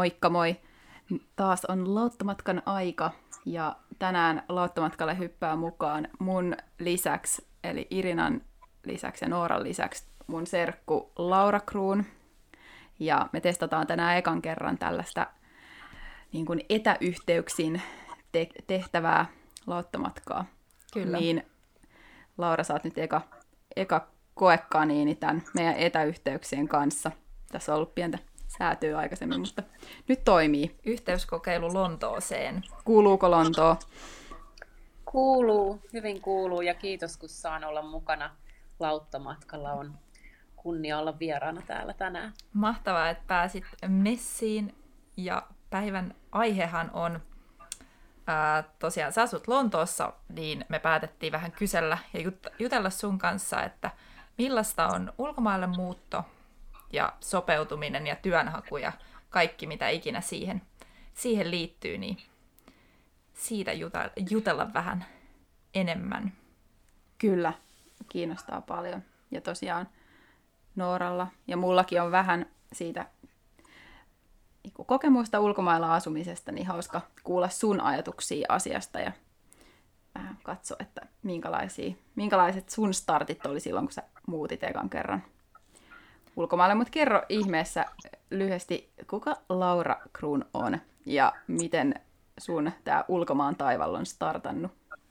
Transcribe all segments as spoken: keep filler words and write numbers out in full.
Moikka moi! Taas on Lauttomatkan aika ja tänään Lauttomatkalle hyppää mukaan mun lisäksi, eli Irinan lisäksi ja Nooran lisäksi mun serkku Laura Kruun. Ja me testataan tänään ekan kerran tällaista niin kuin etäyhteyksin te- tehtävää Lauttomatkaa. Kyllä. Niin Laura, sä oot nyt eka, eka koekaniini tämän meidän etäyhteyksien kanssa. Tässä on ollut pientä säätöä aikaisemmin, mutta nyt toimii. Yhteyskokeilu Lontooseen. Kuuluuko Lontoo? Kuuluu, hyvin kuuluu ja kiitos kun saan olla mukana Lauttomatkalla. On kunnia olla vieraana täällä tänään. Mahtavaa, että pääsit messiin ja päivän aihehan on ää, tosiaan sä asut Lontoossa, niin me päätettiin vähän kysellä ja jut- jutella sun kanssa, että millaista on ulkomaille muutto ja sopeutuminen ja työnhaku ja kaikki mitä ikinä siihen, siihen liittyy, niin siitä juta- jutella vähän enemmän. Kyllä, kiinnostaa paljon. Ja tosiaan Nooralla ja mullakin on vähän siitä kokemusta ulkomailla asumisesta, niin hauska kuulla sun ajatuksia asiasta ja vähän katso, että minkälaisia, minkälaiset sun startit oli silloin, kun sä muutit ekan kerran ulkomaille. Mutta kerro ihmeessä lyhyesti, kuka Laura Kruun on ja miten sun tää ulkomaan taival on startannut?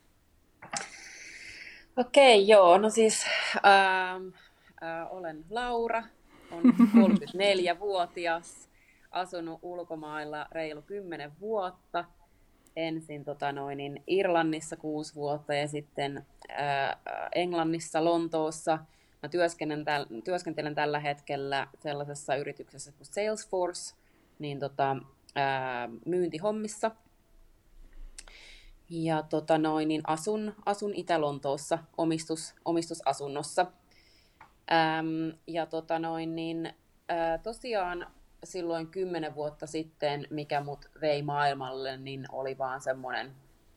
Okei, joo, no siis ähm, äh, olen Laura, olen kolmekymmentäneljävuotias, asunut ulkomailla reilu kymmenen vuotta. Ensin tota noin, niin Irlannissa kuusi vuotta ja sitten ää, Englannissa, Lontoossa. Mä työskentelen, täl, työskentelen tällä hetkellä sellaisessa yrityksessä kuin Salesforce, niin tota, ää, myyntihommissa. Ja tota noin, niin asun, asun Itä-Lontoossa omistus, omistusasunnossa. Ähm, ja tota noin, niin, ää, tosiaan silloin kymmenen vuotta sitten, mikä mut vei maailmalle, niin oli vaan semmoinen,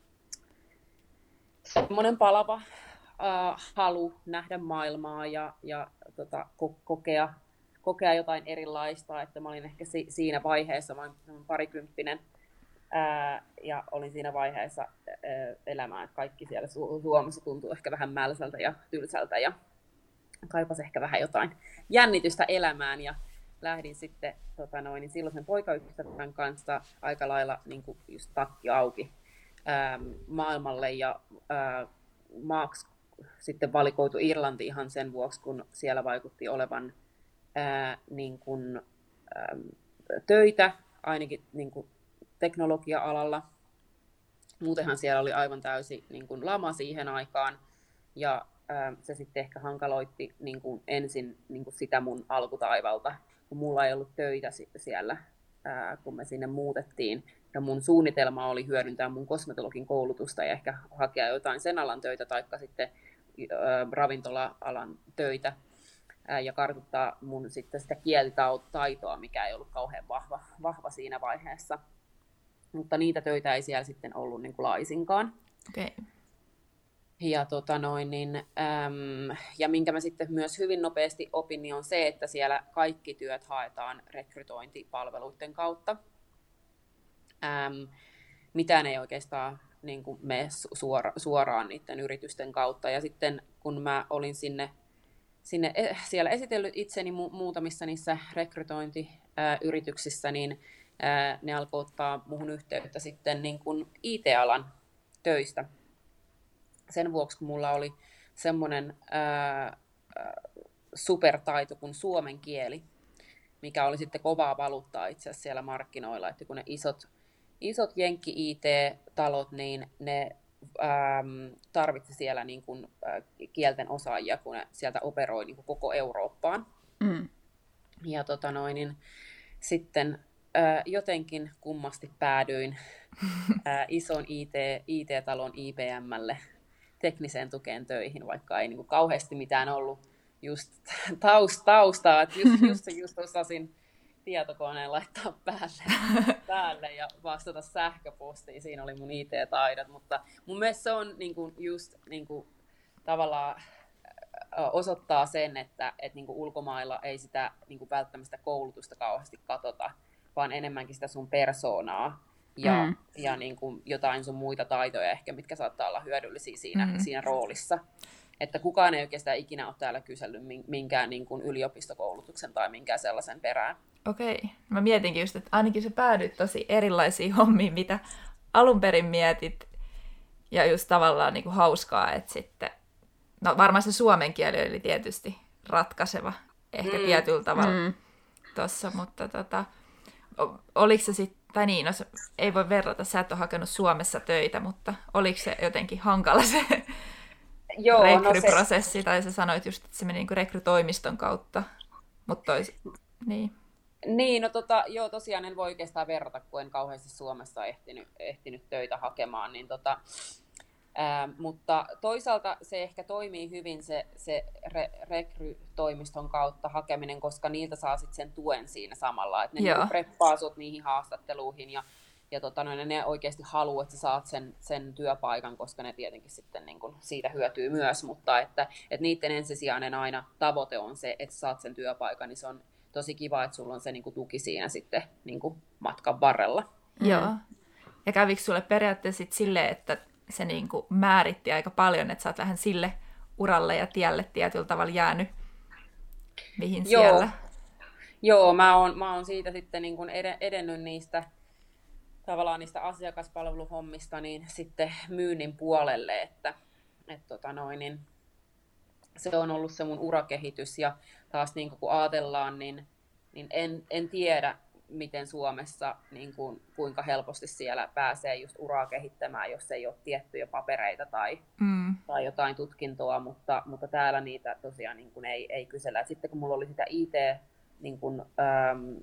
semmoinen palava äh, halu nähdä maailmaa ja, ja tota, ko- kokea, kokea jotain erilaista. Että mä olin ehkä si- siinä vaiheessa, mä olin parikymppinen, ää, ja olin siinä vaiheessa ää, elämää, että kaikki siellä Su- Suomessa tuntuu ehkä vähän mälsältä ja tylsältä ja kaipasi ehkä vähän jotain jännitystä elämään. Ja lähdin sitten tota noin, niin silloisen poikaystävän kanssa aika lailla niin kuin just takki auki ää, maailmalle ja ää, maaksi sitten valikoitu Irlanti ihan sen vuoksi, kun siellä vaikutti olevan ää, niin kuin, ää, töitä, ainakin niin kuin teknologia-alalla. Muutenhan siellä oli aivan täysi niin kuin lama siihen aikaan ja ää, se sitten ehkä hankaloitti niin kuin ensin niin kuin sitä mun alkutaivalta, kun mulla ei ollut töitä siellä, ää, kun me sinne muutettiin. Ja mun suunnitelma oli hyödyntää mun kosmetologin koulutusta ja ehkä hakea jotain sen alan töitä, taikka sitten ää, ravintola-alan töitä, ää, ja kartoittaa mun sitten sitä kielitaitoa, mikä ei ollut kauhean vahva, vahva siinä vaiheessa. Mutta niitä töitä ei siellä sitten ollut niin kuin laisinkaan. Okay. Ja, tota noin, niin, äm, ja minkä mä sitten myös hyvin nopeasti opin, niin on se, että siellä kaikki työt haetaan rekrytointipalveluiden kautta. Äm, mitään ei oikeastaan niin kuin mene suora, suoraan niiden yritysten kautta. Ja sitten kun mä olin sinne, sinne siellä esitellyt itseni mu- muutamissa niissä rekrytointiyrityksissä, niin ää, ne alkoi ottaa muhun yhteyttä sitten niin kuin I T-alan töistä. Sen vuoksi, kun mulla oli semmoinen ää, supertaito kuin suomen kieli, mikä oli sitten kovaa valuuttaa itse asiassa siellä markkinoilla, että kun ne isot, isot jenkki-I T-talot, niin ne äm, tarvitsi siellä niin kuin, ä, kielten osaajia, kun ne sieltä operoi niin kuin koko Eurooppaan. Mm. Ja tota noin, niin sitten ä, jotenkin kummasti päädyin ä, ison I T, I T-talon I B M:lle tekniseen tukeen töihin, vaikka ei niin kuin kauheasti mitään ollut just taustaa, että just, just, just osasin tietokoneen laittaa päälle, päälle ja vastata sähköpostiin, siinä oli mun I T-taidot, mutta mun mielestä se on niin kuin just niin kuin tavallaan osoittaa sen, että, että niin kuin ulkomailla ei sitä niin kuin välttämättä koulutusta kauheasti katsota, vaan enemmänkin sitä sun persoonaa ja, Mm. ja niin kuin jotain sun muita taitoja ehkä, mitkä saattaa olla hyödyllisiä siinä, Mm. siinä roolissa. Että kukaan ei oikeastaan ikinä ole täällä kysellyt minkään niin kuin yliopistokoulutuksen tai minkään sellaisen perään. Okei. Mä mietinkin just, että ainakin sä päädyit tosi erilaisiin hommiin, mitä alun perin mietit. Ja just tavallaan niin kuin hauskaa, että sitten... No varmaan se suomen kieli oli tietysti ratkaiseva ehkä Mm. tietyllä tavalla Mm. tossa, mutta tota... o- Oliko se sitten... Tai niin, no, se- ei voi verrata, sä et ole hakenut Suomessa töitä, mutta oliko se jotenkin hankala se Joo, no se, rekryprosessi? Tai sä sanoit just, että se meni niin kuin rekrytoimiston kautta. Mutta tois... Niin. niin, no tota, joo, tosiaan en voi oikeastaan verrata, kun en kauheasti Suomessa ehtinyt, ehtinyt töitä hakemaan, niin tota, ää, mutta toisaalta se ehkä toimii hyvin se, se re, rekrytoimiston kautta hakeminen, koska niiltä saa sitten sen tuen siinä samalla, että ne Joo. niinku preppaa sut niihin haastatteluihin ja, ja tota, no, ne oikeasti haluaa, että sä saat sen, sen työpaikan, koska ne tietenkin sitten niin kun siitä hyötyy myös, mutta että, että niiden ensisijainen aina tavoite on se, että sä saat sen työpaikan, niin se on tosi kiva, että sulla on se niin kuin tuki siinä sitten niin kuin matkan varrella. Mm. Joo. Ja kävikö sulle periaatteessa sit silleen, että se niinku määritti aika paljon, että sä oot vähän sille uralle ja tielle tietyllä tavalla jäänyt, mihin Joo. siellä? Joo, mä oon, mä oon siitä sitten niin kuin ed- edennyt niistä tavallaan niistä asiakaspalveluhommista niin sitten myynnin puolelle, että et tota noin, niin se on ollut se mun urakehitys ja taas niin kun ajatellaan, niin, niin en, en tiedä, miten Suomessa, niin kuin, kuinka helposti siellä pääsee just uraa kehittämään, jos ei ole tiettyjä papereita tai, Mm. tai jotain tutkintoa, mutta, mutta täällä niitä tosiaan niin kuin ei, ei kysellä. Et sitten kun mulla oli sitä I T niin kuin, äm,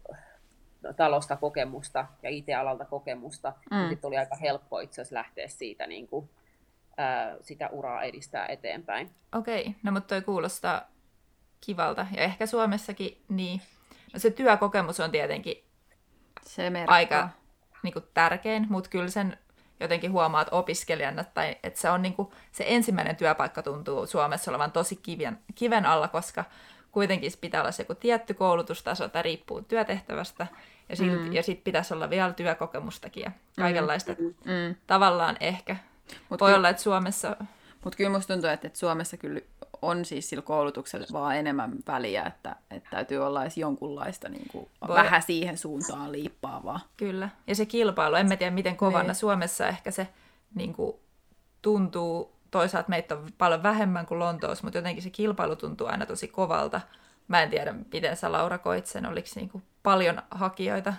talosta kokemusta ja I T-alalta kokemusta, Mm. niin sitten oli aika helppo itse asiassa lähteä siitä niin kuin, ää, sitä uraa edistää eteenpäin. Okei, no mutta toi kuulostaa kivalta. Ja ehkä Suomessakin niin, no se työkokemus on tietenkin Se merkkaa. aika niin kuin, tärkein, mutta kyllä sen jotenkin huomaat opiskelijana, tai että se on niin kuin, se ensimmäinen työpaikka tuntuu Suomessa olevan tosi kiven, kiven alla, koska kuitenkin pitää olla se joku tietty koulutustaso, tai riippuu työtehtävästä, ja sitten Mm. ja sit pitäisi olla vielä työkokemustakin ja kaikenlaista. Mm. Tavallaan ehkä. Mut Voi ky- olla, että Suomessa... Mutta kyllä musta tuntuu, että, että Suomessa kyllä on siis sillä koulutuksella vaan enemmän väliä, että, että täytyy olla edes jonkunlaista niin kuin, Voi- vähän siihen suuntaan liippaavaa. Kyllä. Ja se kilpailu, en mä tiedä miten kovana Niin. Suomessa ehkä se niin kuin, tuntuu, toisaalta meitä on paljon vähemmän kuin Lontoossa, mutta jotenkin se kilpailu tuntuu aina tosi kovalta. Mä en tiedä, miten sä Laura koit sen, oliko niin kuin, paljon hakijoita?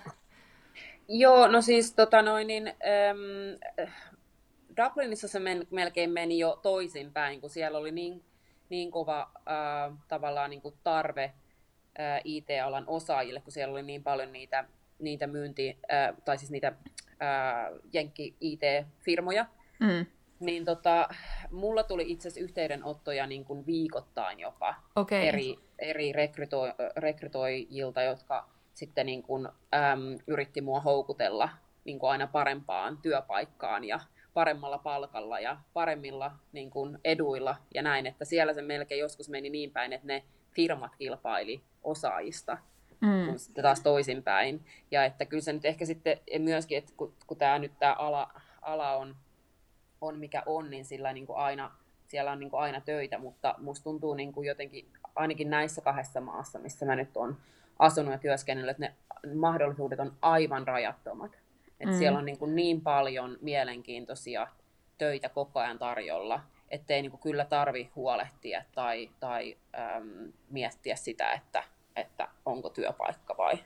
Joo, no siis tota noin, niin, äm, Dublinissa se men, melkein meni jo toisinpäin, kun siellä oli niin, niin kova äh, tavallaan niin kuin tarve äh, I T-alan osaajille, kun siellä oli niin paljon niitä, niitä myynti, äh, tai siis niitä äh, jenkki-I T-firmoja, Mm. niin tota, mulla tuli itse asiassa yhteydenottoja niin kuin viikoittain jopa Okei. eri, eri rekryto, rekrytoijilta, jotka sitten niin kuin, äm, yritti mua houkutella niin kuin aina parempaan työpaikkaan ja paremmalla palkalla ja paremmilla niin kuin eduilla ja näin, että siellä se melkein joskus meni niin päin, että ne firmat kilpaili osaajista, Mm. kun sitten taas toisinpäin. Ja että kyllä se nyt ehkä sitten myöskin, että kun, kun tämä nyt tämä ala, ala on, on mikä on, niin sillä niin kuin aina, siellä on niin kuin aina töitä, mutta musta tuntuu niin kuin jotenkin ainakin näissä kahdessa maassa, missä mä nyt olen asunut ja työskennellyt, että ne mahdollisuudet on aivan rajattomat. Että Mm. siellä on niin, kuin niin paljon mielenkiintoisia töitä koko ajan tarjolla, ettei niin kuin kyllä tarvi huolehtia tai, tai äm, miettiä sitä, että, että onko työpaikka vai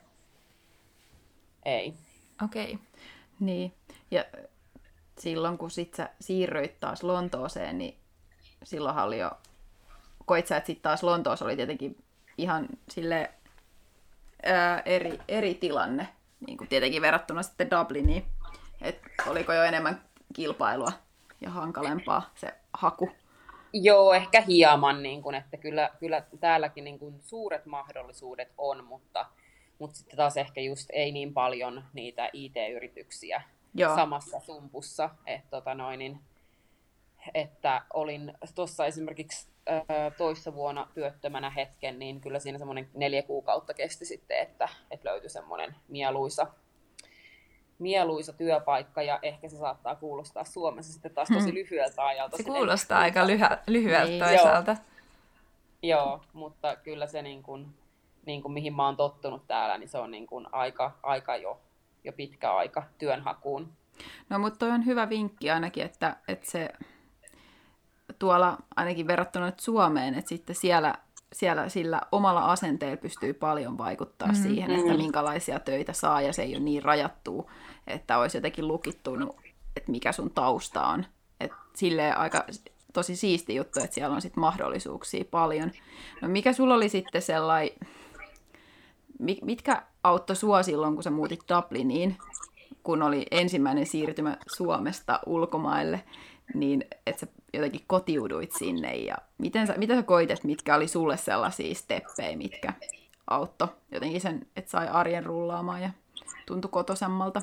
ei. Okei. Niin. Ja silloin, kun sit sä siirryit taas Lontooseen, niin silloinhan oli jo... Koit sä, että sit taas Lontoossa oli tietenkin ihan sille ää, eri, eri tilanne, niin kuin tietenkin verrattuna sitten Dubliniin. Et oliko jo enemmän kilpailua ja hankalempaa se haku? Joo, ehkä hieman, niin kuin, että kyllä, kyllä täälläkin niin kuin suuret mahdollisuudet on, mutta, mutta sitten taas ehkä just ei niin paljon niitä I T-yrityksiä Joo. samassa sumpussa. Että tota noin, niin, että olin tuossa esimerkiksi toissa vuonna työttömänä hetken, niin kyllä siinä semmoinen neljä kuukautta kesti sitten, että, että löytyi semmoinen mieluisa, mieluisa työpaikka, ja ehkä se saattaa kuulostaa Suomessa sitten taas tosi lyhyeltä ajalta. Se kuulostaa aika lyhy- lyhyeltä niin, toisaalta. Joo, joo, mutta kyllä se, niin kuin, niin kuin mihin mä oon tottunut täällä, niin se on niin kuin aika, aika jo, jo pitkä aika työnhakuun. No, mutta toi on hyvä vinkki ainakin, että, että se tuolla ainakin verrattuna nyt Suomeen, että sitten siellä, siellä sillä omalla asenteella pystyy paljon vaikuttaa mm-hmm. siihen, että minkälaisia töitä saa, ja se ei ole niin rajattu, että olisi jotenkin lukittunut, että mikä sun tausta on. Että silleen aika tosi siisti juttu, että siellä on sitten mahdollisuuksia paljon. No mikä sulla oli sitten sellainen, mitkä auttoi sua silloin, kun sä muutit Dubliniin, kun oli ensimmäinen siirtymä Suomesta ulkomaille, niin että sä jotenkin kotiuduit sinne, ja miten sä, mitä sä koit, että mitkä oli sulle sellaisia steppejä, mitkä auttoi jotenkin sen, että sai arjen rullaamaan ja tuntui kotoisemmalta?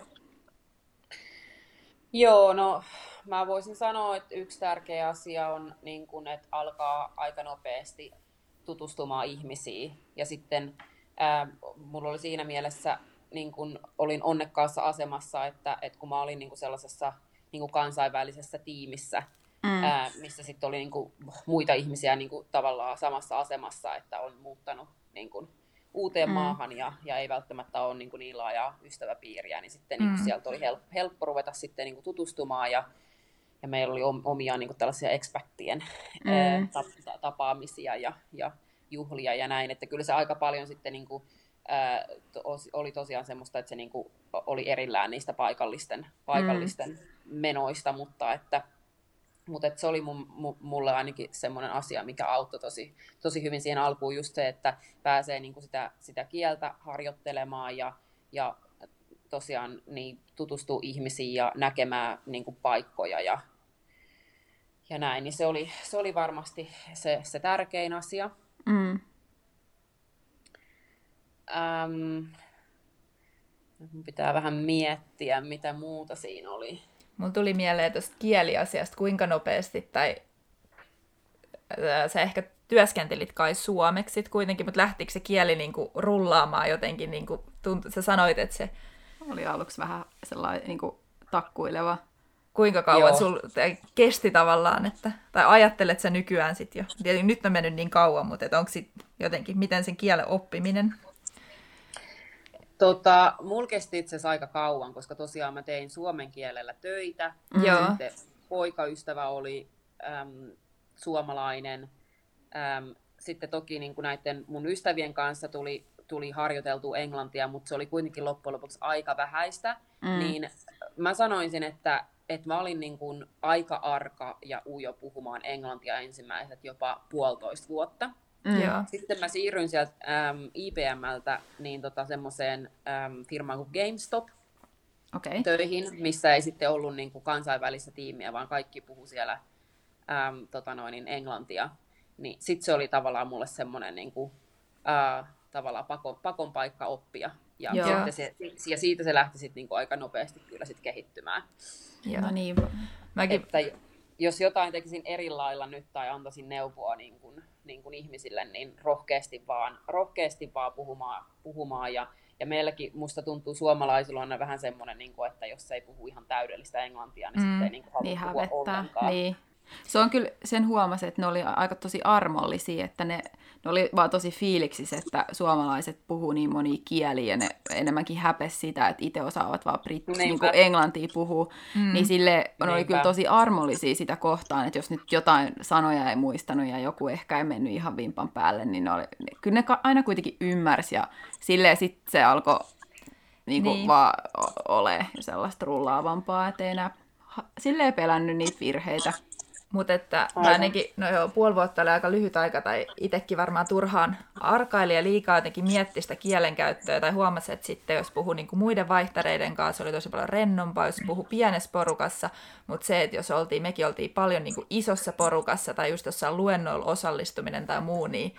Joo, no mä voisin sanoa, että yksi tärkeä asia on, niin kun, että alkaa aika nopeasti tutustumaan ihmisiin, ja sitten ää, mulla oli siinä mielessä, niin kun olin onnekkaassa asemassa, että, että kun mä olin niin kun sellaisessa niin kun kansainvälisessä tiimissä, Mm. Ää, missä sitten oli niinku muita ihmisiä niinku tavallaan samassa asemassa, että on muuttanut niinku uuteen mm. maahan ja, ja ei välttämättä ole niinku niin laajaa ystäväpiiriä, niin sitten niinku mm. sieltä oli helppo, helppo ruveta sitten niinku tutustumaan, ja, ja meillä oli omia niinku tällaisia expattien mm. ää, tapaamisia ja, ja juhlia ja näin, että kyllä se aika paljon sitten niinku, ää, to, oli tosiaan semmoista, että se niinku oli erillään niistä paikallisten, paikallisten mm. menoista, mutta että Mutta se oli mun, mulle ainakin semmoinen asia, mikä auttoi tosi, tosi hyvin siihen alkuun, just se, että pääsee niinku sitä, sitä kieltä harjoittelemaan ja, ja tosiaan niin, tutustuu ihmisiin ja näkemään niinku paikkoja ja, ja näin. Niin se oli, se oli varmasti se, se tärkein asia. Mm. Ähm, mun pitää vähän miettiä, mitä muuta siinä oli. Mulla tuli mieleen tuosta kieliasiasta, kuinka nopeasti, tai sä ehkä työskentelit kai suomeksi sit kuitenkin, mutta lähtikö se kieli niinku rullaamaan jotenkin, niinku tunt- sä sanoit, että se oli aluksi vähän sellainen niinku takkuileva. Kuinka kauan sul kesti tavallaan, että, tai ajattelet sä nykyään sit jo, tietenkin nyt on mennyt niin kauan, mutta onko sit jotenkin, miten sen kielen oppiminen? Tota, mulla kesti itse asiassa aika kauan, koska tosiaan mä tein suomen kielellä töitä. Mm. Sitten poikaystävä oli äm, suomalainen. Äm, sitten toki niin kuin näiden mun ystävien kanssa tuli, tuli harjoiteltua englantia, mutta se oli kuitenkin loppujen lopuksi aika vähäistä. Mm. Niin mä sanoisin, että, että mä olin niin kuin aika arka ja ujo puhumaan englantia ensimmäiset jopa puolitoista vuotta. Mm. Sitten mä siirryin sieltä ähm, I B M:ltä niin tota, semmoiseen ähm, firmaan kuin GameStop okay. töihin, missä ei sitten ollut niin kuin kansainvälistä tiimiä, vaan kaikki puhu siellä ähm, tota noin, englantia. Niin sitten se oli tavallaan mulle semmoinen niin kuin, äh, tavallaan pakon, pakon paikka oppia. Ja, se, ja siitä se lähti sitten niin kuin aika nopeasti kyllä sit kehittymään. Joo. No niin. Mäkin... Että jos jotain tekisin eri lailla nyt tai antaisin neuvoa niin kuin, niin kuin ihmisille, niin rohkeasti vaan, rohkeasti vaan puhumaan, puhumaan ja, ja meilläkin musta tuntuu suomalaisilla on vähän semmoinen, niin kuin, että jos ei puhu ihan täydellistä englantia, niin mm, sitten ei niin kuin halua niin puhua ollenkaan. Niin. Se on kyllä, sen huomasi, että ne oli aika tosi armollisia, että ne, ne oli vaan tosi fiiliksissä, että suomalaiset puhuu niin monia kieliä ja ne enemmänkin häpesi sitä, että itse osaavat vaan brit- niin kuin englantia puhua. Mm. Niin sille ne oli kyllä tosi armollisia sitä kohtaan, että jos nyt jotain sanoja ei muistanut ja joku ehkä ei mennyt ihan vimpan päälle, niin ne oli, kyllä ne aina kuitenkin ymmärsi ja silleen sitten se alkoi niin kuin niin. vaan ole sellaista rullaavampaa, ettei enää silleen pelännyt niitä virheitä. Mutta että mä ainakin, no joo, puoli vuotta oli aika lyhyt aika, tai itsekin varmaan turhaan arkaili ja liikaa jotenkin mietti sitä kielenkäyttöä, tai huomasi, että sitten jos puhui niinku muiden vaihtareiden kanssa, oli tosi paljon rennompaa, jos puhui pienessä porukassa, mutta se, että jos oltiin, mekin oltiin paljon niinku isossa porukassa, tai just jossain luennoilla osallistuminen tai muu, niin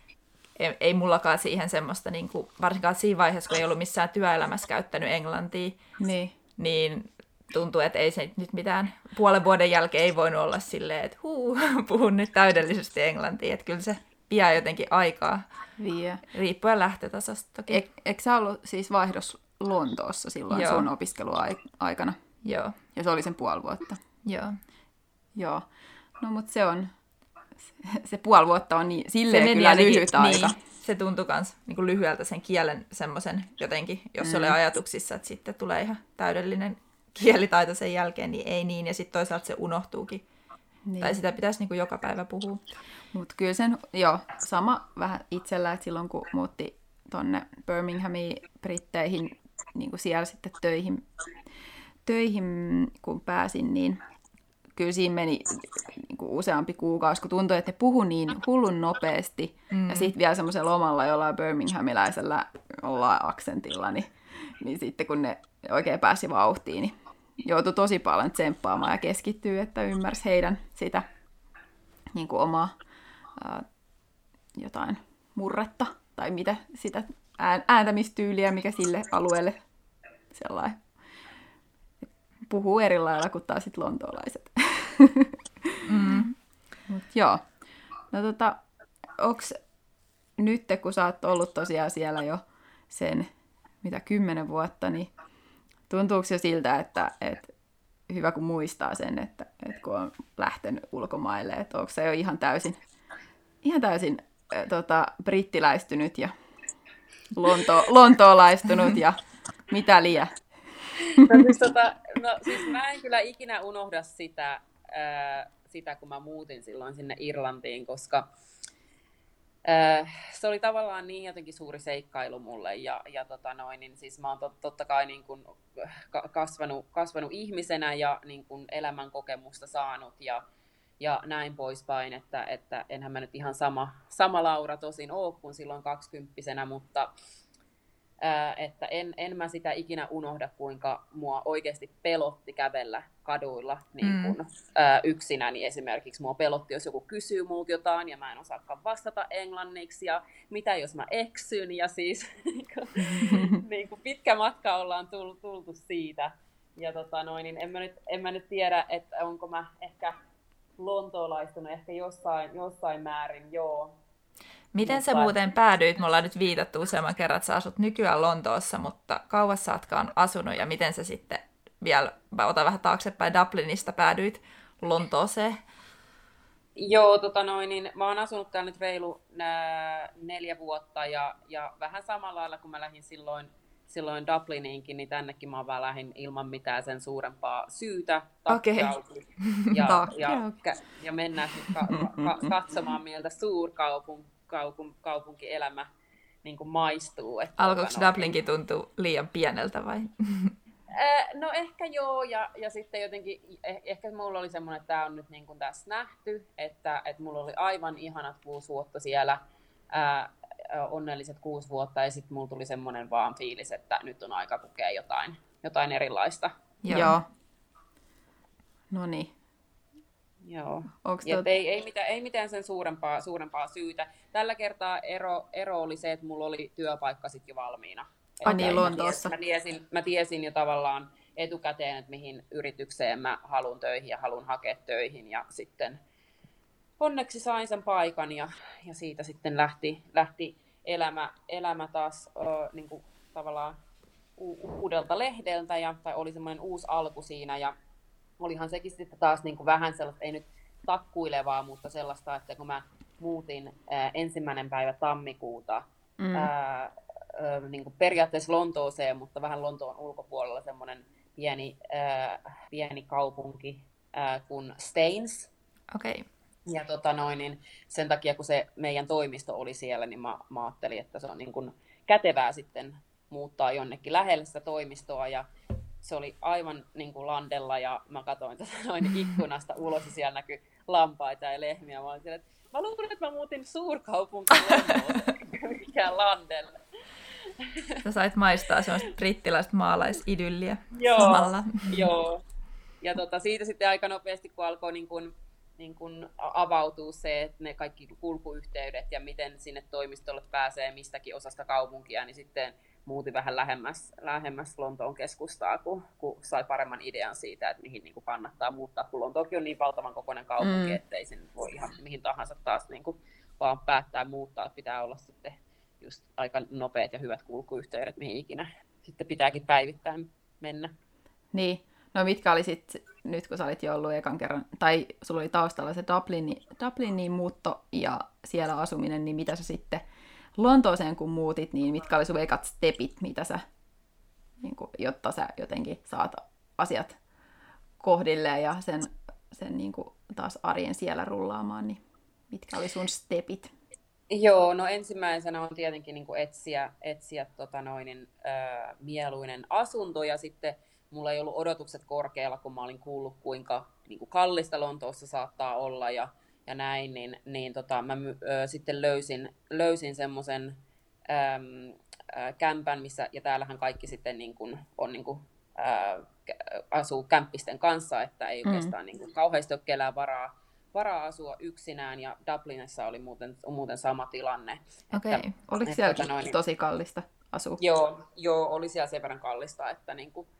ei, ei mullakaan siihen semmoista, niinku, varsinkaan siinä vaiheessa, kun ei ollut missään työelämässä käyttänyt englantia, niin, niin tuntuu, että ei se nyt mitään puolen vuoden jälkeen ei voinut olla silleen, että huu, puhun nyt täydellisesti englantia. Että kyllä se vie jotenkin aikaa, Vie. riippuen lähtötasosta toki. E- eikö sä ollut siis vaihdos Lontoossa silloin Joo. sun opiskeluaikana? Joo, Ja se oli sen puoli vuotta. joo. Joo. No mutta se on, se, se puoli vuotta on niin, silleen meni kyllä ainakin- lyhyt aika. Niin, se tuntui myös niin lyhyeltä sen kielen semmoisen jotenkin, jos mm. oli ajatuksissa, että sitten tulee ihan täydellinen kielitaito sen jälkeen, niin ei niin. Ja sitten toisaalta se unohtuukin. Niin. Tai sitä pitäisi niin kuin joka päivä puhua. Mutta kyllä sen, joo, sama vähän itsellä, että silloin kun muutti tonne Birminghamiin Britteihin, niin kuin siellä sitten töihin, töihin kun pääsin, niin kyllä siinä meni niin kuin useampi kuukausi, kun tuntui, että ne puhui niin hullun nopeasti. Mm. Ja sitten vielä semmoisella omalla jollain birminghamiläisellä jollain aksentilla, niin, niin sitten kun ne oikein pääsi vauhtiin, niin joutui tosi paljon tsemppaamaan ja keskittyä, että ymmärsi heidän sitä niin kuin omaa ää, jotain murretta tai mitä sitä ään, ääntämistyyliä, mikä sille alueelle sellainen puhuu eri lailla kuin taas sit lontoolaiset. Mm. Mut joo. No tota, onks nyt, kun sä oot ollut tosiaan siellä jo sen, mitä kymmenen vuotta, niin tuntuuko jo siltä, että, että hyvä kun muistaa sen, että, että kun on lähtenyt ulkomaille, että onko se jo ihan täysin, ihan täysin äh, tota, brittiläistynyt ja lonto, lontoolaistunut ja mitä liian? No siis, tota, no siis mä en kyllä ikinä unohda sitä, ää, sitä, kun mä muutin silloin sinne Irlantiin, koska ää, se oli tavallaan niin jotenkin suuri seikkailu mulle. Ja, ja tota noin, niin siis mä oon tot, totta kai niin kun kasvanut, kasvanut ihmisenä ja niin kun elämän kokemusta saanut ja, ja näin poispäin, että, että enhän mä nyt ihan sama, sama Laura tosin ole kuin silloin kaksikymppisenä, mutta Ää, että en, en mä sitä ikinä unohda, kuinka mua oikeasti pelotti kävellä kaduilla niin kun, mm. ää, yksinäni esimerkiksi. Mua pelotti, jos joku kysyy multa jotain ja mä en osaakaan vastata englanniksi ja mitä jos mä eksyn. Ja siis niin kuin pitkä matka ollaan tultu, tultu siitä. Ja tota noin, niin en, mä nyt, en mä nyt tiedä, että onko mä ehkä lontoolaistunut ehkä jossain, jossain määrin, joo. Miten sä muuten päädyit? Me ollaan nyt viitattu useamman kerran, että sä asut nykyään Lontoossa, mutta kauas sä ootkaan asunut ja miten sä sitten vielä, ota vähän taaksepäin, Dublinista päädyit Lontooseen? Joo, tota noin, niin mä oon asunut täällä nyt reilu nää, neljä vuotta ja, ja vähän samalla lailla kun mä lähdin silloin, silloin Dubliniinkin, niin tännekin mä vaan lähdin ilman mitään sen suurempaa syytä. Okei. Okay. Ja, ja, ja, ja mennään ka- ka- katsomaan miltä suurkaupunki. Kaupun, kaupunkielämä niin kuin maistuu. Alkoiko Dublinkin tuntua liian pieneltä vai? Äh, no ehkä joo, ja, ja sitten jotenkin, eh, ehkä mulla oli semmoinen, että tämä on nyt niin kuin tässä nähty, että, että mulla oli aivan ihanat kuusi vuotta siellä, äh, onnelliset kuusi vuotta, ja sitten mulla tuli semmoinen vaan fiilis, että nyt on aika kokea jotain, jotain erilaista. Joo. Joo. No niin. Joo. Ja tot... ei, ei, mitään, ei mitään sen suurempaa, suurempaa syytä. Tällä kertaa ero, ero oli se, että mulla oli työpaikka sitten jo valmiina. Ah niin, Lontoossa. Mä tiesin, mä tiesin jo tavallaan etukäteen, että mihin yritykseen mä haluan töihin ja haluan hakea töihin. Ja sitten onneksi sain sen paikan ja, ja siitä sitten lähti, lähti elämä, elämä taas äh, niin kuin tavallaan u- uudelta lehdeltä. Ja, tai oli semmoinen uusi alku siinä ja olihan sekin sitten taas niin kuin vähän sellaista, ei nyt takkuilevaa, mutta sellaista, että kun mä muutin ää, ensimmäinen päivä tammikuuta mm. ää, ää, niin kuin periaatteessa Lontooseen, mutta vähän Lontoon ulkopuolella semmoinen pieni, ää, pieni kaupunki ää, kuin Staines. Okay. Ja tota noin, niin sen takia, kun se meidän toimisto oli siellä, niin mä, mä ajattelin, että se on niin kuin kätevää sitten muuttaa jonnekin lähelle sitä toimistoa. Ja se oli aivan niin kuin landella ja mä katsoin tätä noin ikkunasta ulos ja siellä näkyi lampaita ja lehmiä. Mä olin siellä, että mä luulen, että mä muutin suurkaupunkiin Lontooseen, mikään landelle. Sä sait maistaa semmoista brittiläistä maalaisidylliä joo, samalla. Joo. Ja tota, siitä sitten aika nopeasti, kun alkoi niin kuin, niin kuin avautua se, että ne kaikki kulkuyhteydet ja miten sinne toimistolle pääsee mistäkin osasta kaupunkia, niin sitten muutin vähän lähemmäs, lähemmäs Lontoon keskustaa, kun, kun sai paremman idean siitä, että mihin niin kuin kannattaa muuttaa, kun Lontookin on niin valtavan kokoinen kaupunki, mm. ettei sen voi ihan mihin tahansa taas niin kuin vaan päättää muuttaa, että pitää olla sitten just aika nopeat ja hyvät kulkuyhteydet, mihin ikinä sitten pitääkin päivittäin mennä. Niin, no mitkä oli sitten, nyt kun sä olit jo ollut ekan kerran, tai sulla oli taustalla se Dublini, Dubliniin muutto ja siellä asuminen, niin mitä sä sitten Lontooseen kun muutit, niin mitkä oli sun ekat stepit, mitä sä, niin kun, jotta sä jotenkin saat asiat kohdilleen ja sen, sen niin kun taas arjen siellä rullaamaan, niin mitkä oli sun stepit? Joo, no ensimmäisenä on tietenkin niin kuin etsiä, etsiä tota noin, äh, mieluinen asunto, ja sitten mulla ei ollut odotukset korkealla, kun mä olin kuullut, kuinka niin kuin kallista Lontoossa saattaa olla ja, ja näin, niin, niin tota, mä äh, sitten löysin, löysin semmoisen ähm, äh, kämpän, missä, ja täällähän kaikki sitten niin kuin, on niin kuin, äh, asuu kämppisten kanssa, että ei oikeastaan mm. niin kuin, kauheasti ole kellään varaa, varaa asua yksinään, ja Dublinissa oli muuten, muuten sama tilanne. Okei, okay. Oliko että, siellä noin, tosi kallista asua? Joo, joo, oli siellä sen verran kallista, että niin kuin,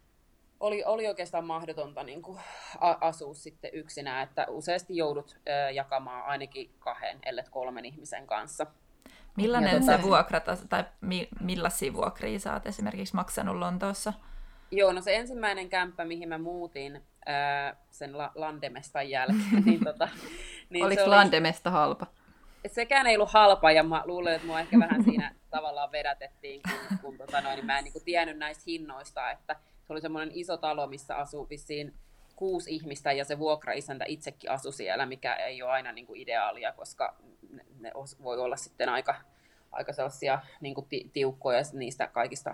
oli, oli oikeastaan mahdotonta niin kuin, asua sitten yksinään, että useasti joudut äh, jakamaan ainakin kahden, ellet kolmen ihmisen kanssa. Millainen se tota, vuokra, tai mi, millaisia vuokria sä oot esimerkiksi maksanut Lontoossa? Joo, no se ensimmäinen kämppä, mihin mä muutin ää, sen la- Landemestan jälkeen, niin tota... Niin oliko oli, Landemesta halpa? Sekään ei ollut halpa, ja mä luulen, että mua ehkä vähän siinä tavallaan vedätettiin, kun, kun tota noin, niin mä en niin kuin tiennyt näistä hinnoista, että se oli semmoinen iso talo, missä asuu vissiin kuusi ihmistä, ja se vuokraisäntä itsekin asui siellä, mikä ei ole aina niin kuin ideaalia, koska ne, ne voi olla sitten aika, aika sellaisia niin kuin ti- tiukkoja niistä kaikista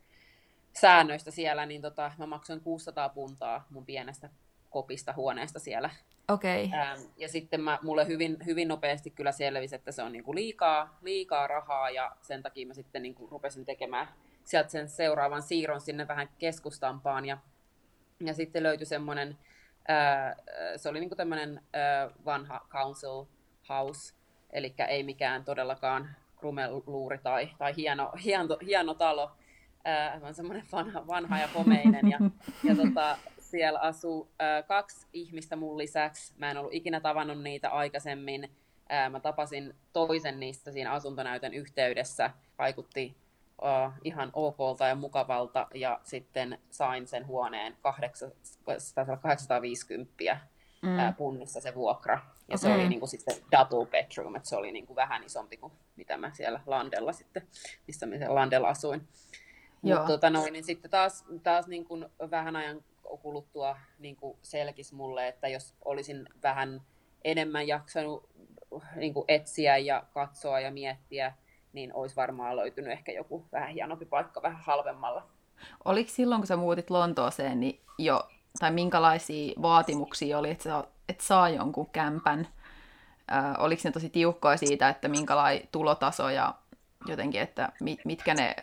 säännöistä siellä, niin tota, mä maksoin kuusisataa puntaa mun pienestä kopista huoneesta siellä. Okei. Okay. Ähm, ja sitten mä, mulle hyvin, hyvin nopeasti kyllä selvisi, että se on niinku liikaa, liikaa rahaa, ja sen takia mä sitten niinku rupesin tekemään sieltä sen seuraavan siirron sinne vähän keskustampaan, ja, ja sitten löytyi semmoinen, äh, se oli niinku tämmöinen äh, vanha council house, eli ei mikään todellakaan krumeluuri tai, tai hieno, hieno, hieno talo, Äh, on semmoinen vanha, vanha ja komeinen, ja, ja tota, siellä asuu äh, kaksi ihmistä mun lisäksi. Mä en ollut ikinä tavannut niitä aikaisemmin. Äh, mä tapasin toisen niistä siinä asuntonäytön yhteydessä. Vaikutti äh, ihan okolta ja mukavalta, ja sitten sain sen huoneen kahdeksansataaviisikymmentä mm. äh, punnissa se vuokra. Ja se mm. oli niinku sitten double bedroom, että se oli niinku vähän isompi kuin mitä mä siellä Landella sitten, missä mä siellä Landella asuin. Mutta tota noin, niin sitten taas, taas niin kuin vähän ajan kuluttua niin kuin selkisi mulle, että jos olisin vähän enemmän jaksanut niin kuin etsiä ja katsoa ja miettiä, niin olisi varmaan löytynyt ehkä joku vähän hienompi paikka vähän halvemmalla. Oliko silloin, kun sä muutit Lontooseen, niin jo, tai minkälaisia vaatimuksia oli, että, sä, että saa jonkun kämpän? Äh, oliko ne tosi tiukkoja siitä, että minkälainen tulotaso ja jotenkin, että mit, mitkä ne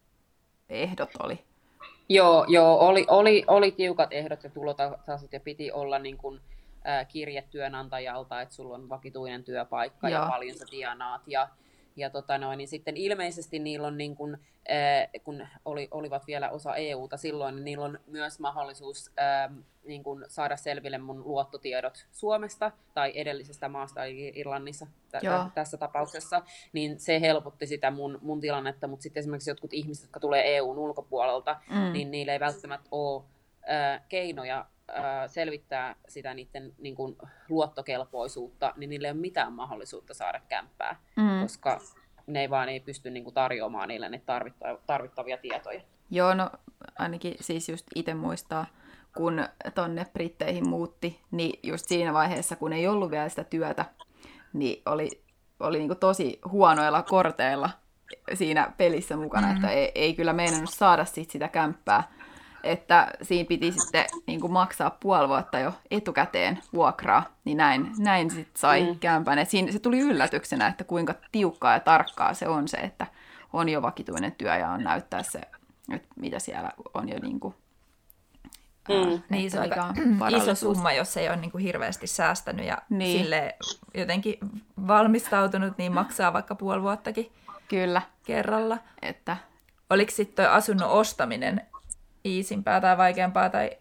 ehdot oli? Joo, joo oli, oli, oli tiukat ehdot ja tulotasot, ja piti olla niin kuin, äh, kirje työnantajalta, että sulla on vakituinen työpaikka joo. ja paljon sä tienaat. Ja, ja tota noin, niin sitten ilmeisesti niillä on, niin kuin, äh, kun oli, olivat vielä osa E U:ta silloin, niin niillä on myös mahdollisuus äh, niin kuin saada selville mun luottotiedot Suomesta tai edellisestä maasta, eli Irlannissa t- tässä tapauksessa, niin se helpotti sitä mun, mun tilannetta, mutta sitten esimerkiksi jotkut ihmiset, jotka tulee E U:n ulkopuolelta, mm. niin niillä ei välttämättä ole äh, keinoja äh, selvittää sitä niiden niin kuin, luottokelpoisuutta, niin niillä ei ole mitään mahdollisuutta saada kämppää, mm. koska ne ei vaan ei pysty niin kuin, tarjoamaan niille niitä tarvittavia, tarvittavia tietoja. Joo, no ainakin siis just itse muistaa, kun tonne Britteihin muutti, niin just siinä vaiheessa, kun ei ollut vielä sitä työtä, niin oli, oli niin kuin tosi huonoilla korteilla siinä pelissä mukana, mm-hmm. että ei, ei kyllä meinannut saada sit sitä kämppää, että siinä piti sitten niin kuin maksaa puoli vuotta jo etukäteen vuokraa, niin näin, näin sitten sai mm. kämpän. Et siinä, se tuli yllätyksenä, että kuinka tiukkaa ja tarkkaa se on se, että on jo vakituinen työ ja on näyttää se, että mitä siellä on jo niin kuin Mm. Äh, niin se on aika iso summa, jos ei ole niin kuin hirveästi säästänyt ja niin. sille jotenkin valmistautunut, niin maksaa vaikka puoli vuottakin Kyllä. kerralla. Että oliko sitten toi asunnon ostaminen iisimpää tai vaikeampaa? Tai...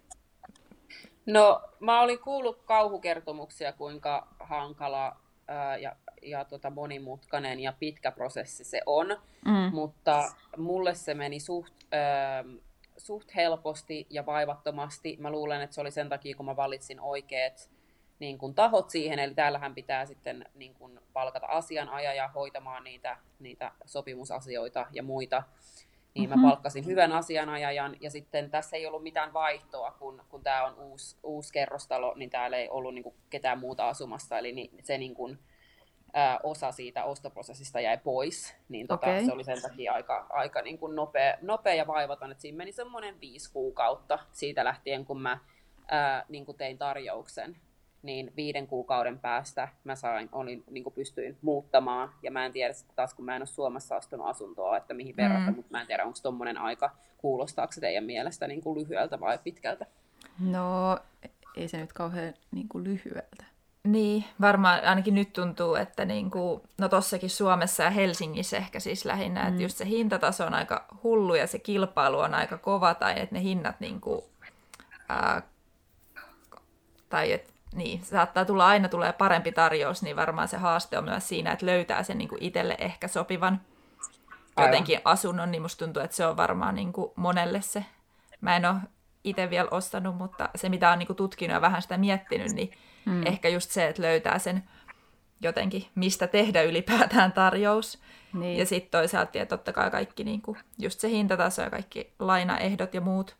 No, mä olin kuullut kauhukertomuksia, kuinka hankala ää, ja, ja tota monimutkainen ja pitkä prosessi se on, mm. mutta mulle se meni suht, ää, suht helposti ja vaivattomasti. Mä luulen, että se oli sen takia, kun mä valitsin oikeat niin kun tahot siihen, eli täällähän pitää sitten niin kun palkata asianajaja hoitamaan niitä, niitä sopimusasioita ja muita. Niin mm-hmm. mä palkkasin hyvän asianajajan, ja sitten tässä ei ollut mitään vaihtoa, kun, kun tämä on uusi, uusi kerrostalo, niin täällä ei ollut niin kuin ketään muuta asumassa, eli niin, se niin kuin, ää, osa siitä ostoprosessista jäi pois, niin tota, okay. se oli sen takia aika, aika niin kuin nopea, nopea ja vaivaton, että siinä meni semmoinen viisi kuukautta siitä lähtien, kun mä ää, niin kuin tein tarjouksen, niin viiden kuukauden päästä mä sain, olin, niin kuin pystyin muuttamaan, ja mä en tiedä taas, kun mä en ole Suomessa astunut asuntoa, että mihin verrata, mm. mutta mä en tiedä, onko tommonen aika, kuulostaako se teidän mielestä niin kuin lyhyeltä vai pitkältä? No, ei se nyt kauhean niin kuin lyhyeltä. Niin, varmaan ainakin nyt tuntuu, että niin kuin, no tossakin Suomessa ja Helsingissä ehkä siis lähinnä, mm. että just se hintataso on aika hullu ja se kilpailu on aika kova, tai että ne hinnat niin kuin, ää, tai että niin, saattaa tulla, aina tulee parempi tarjous, niin varmaan se haaste on myös siinä, että löytää sen niin kuin itselle ehkä sopivan jotenkin Aivan. asunnon, niin musta tuntuu, että se on varmaan niin kuin monelle se. Mä en ole itse vielä ostanut, mutta se mitä on niin kuin tutkinut ja vähän sitä miettinyt, niin hmm. ehkä just se, että löytää sen jotenkin, mistä tehdä ylipäätään tarjous. Niin. Ja sitten toisaalta ja totta kai kaikki niin kuin, just se hintataso ja kaikki lainaehdot ja muut.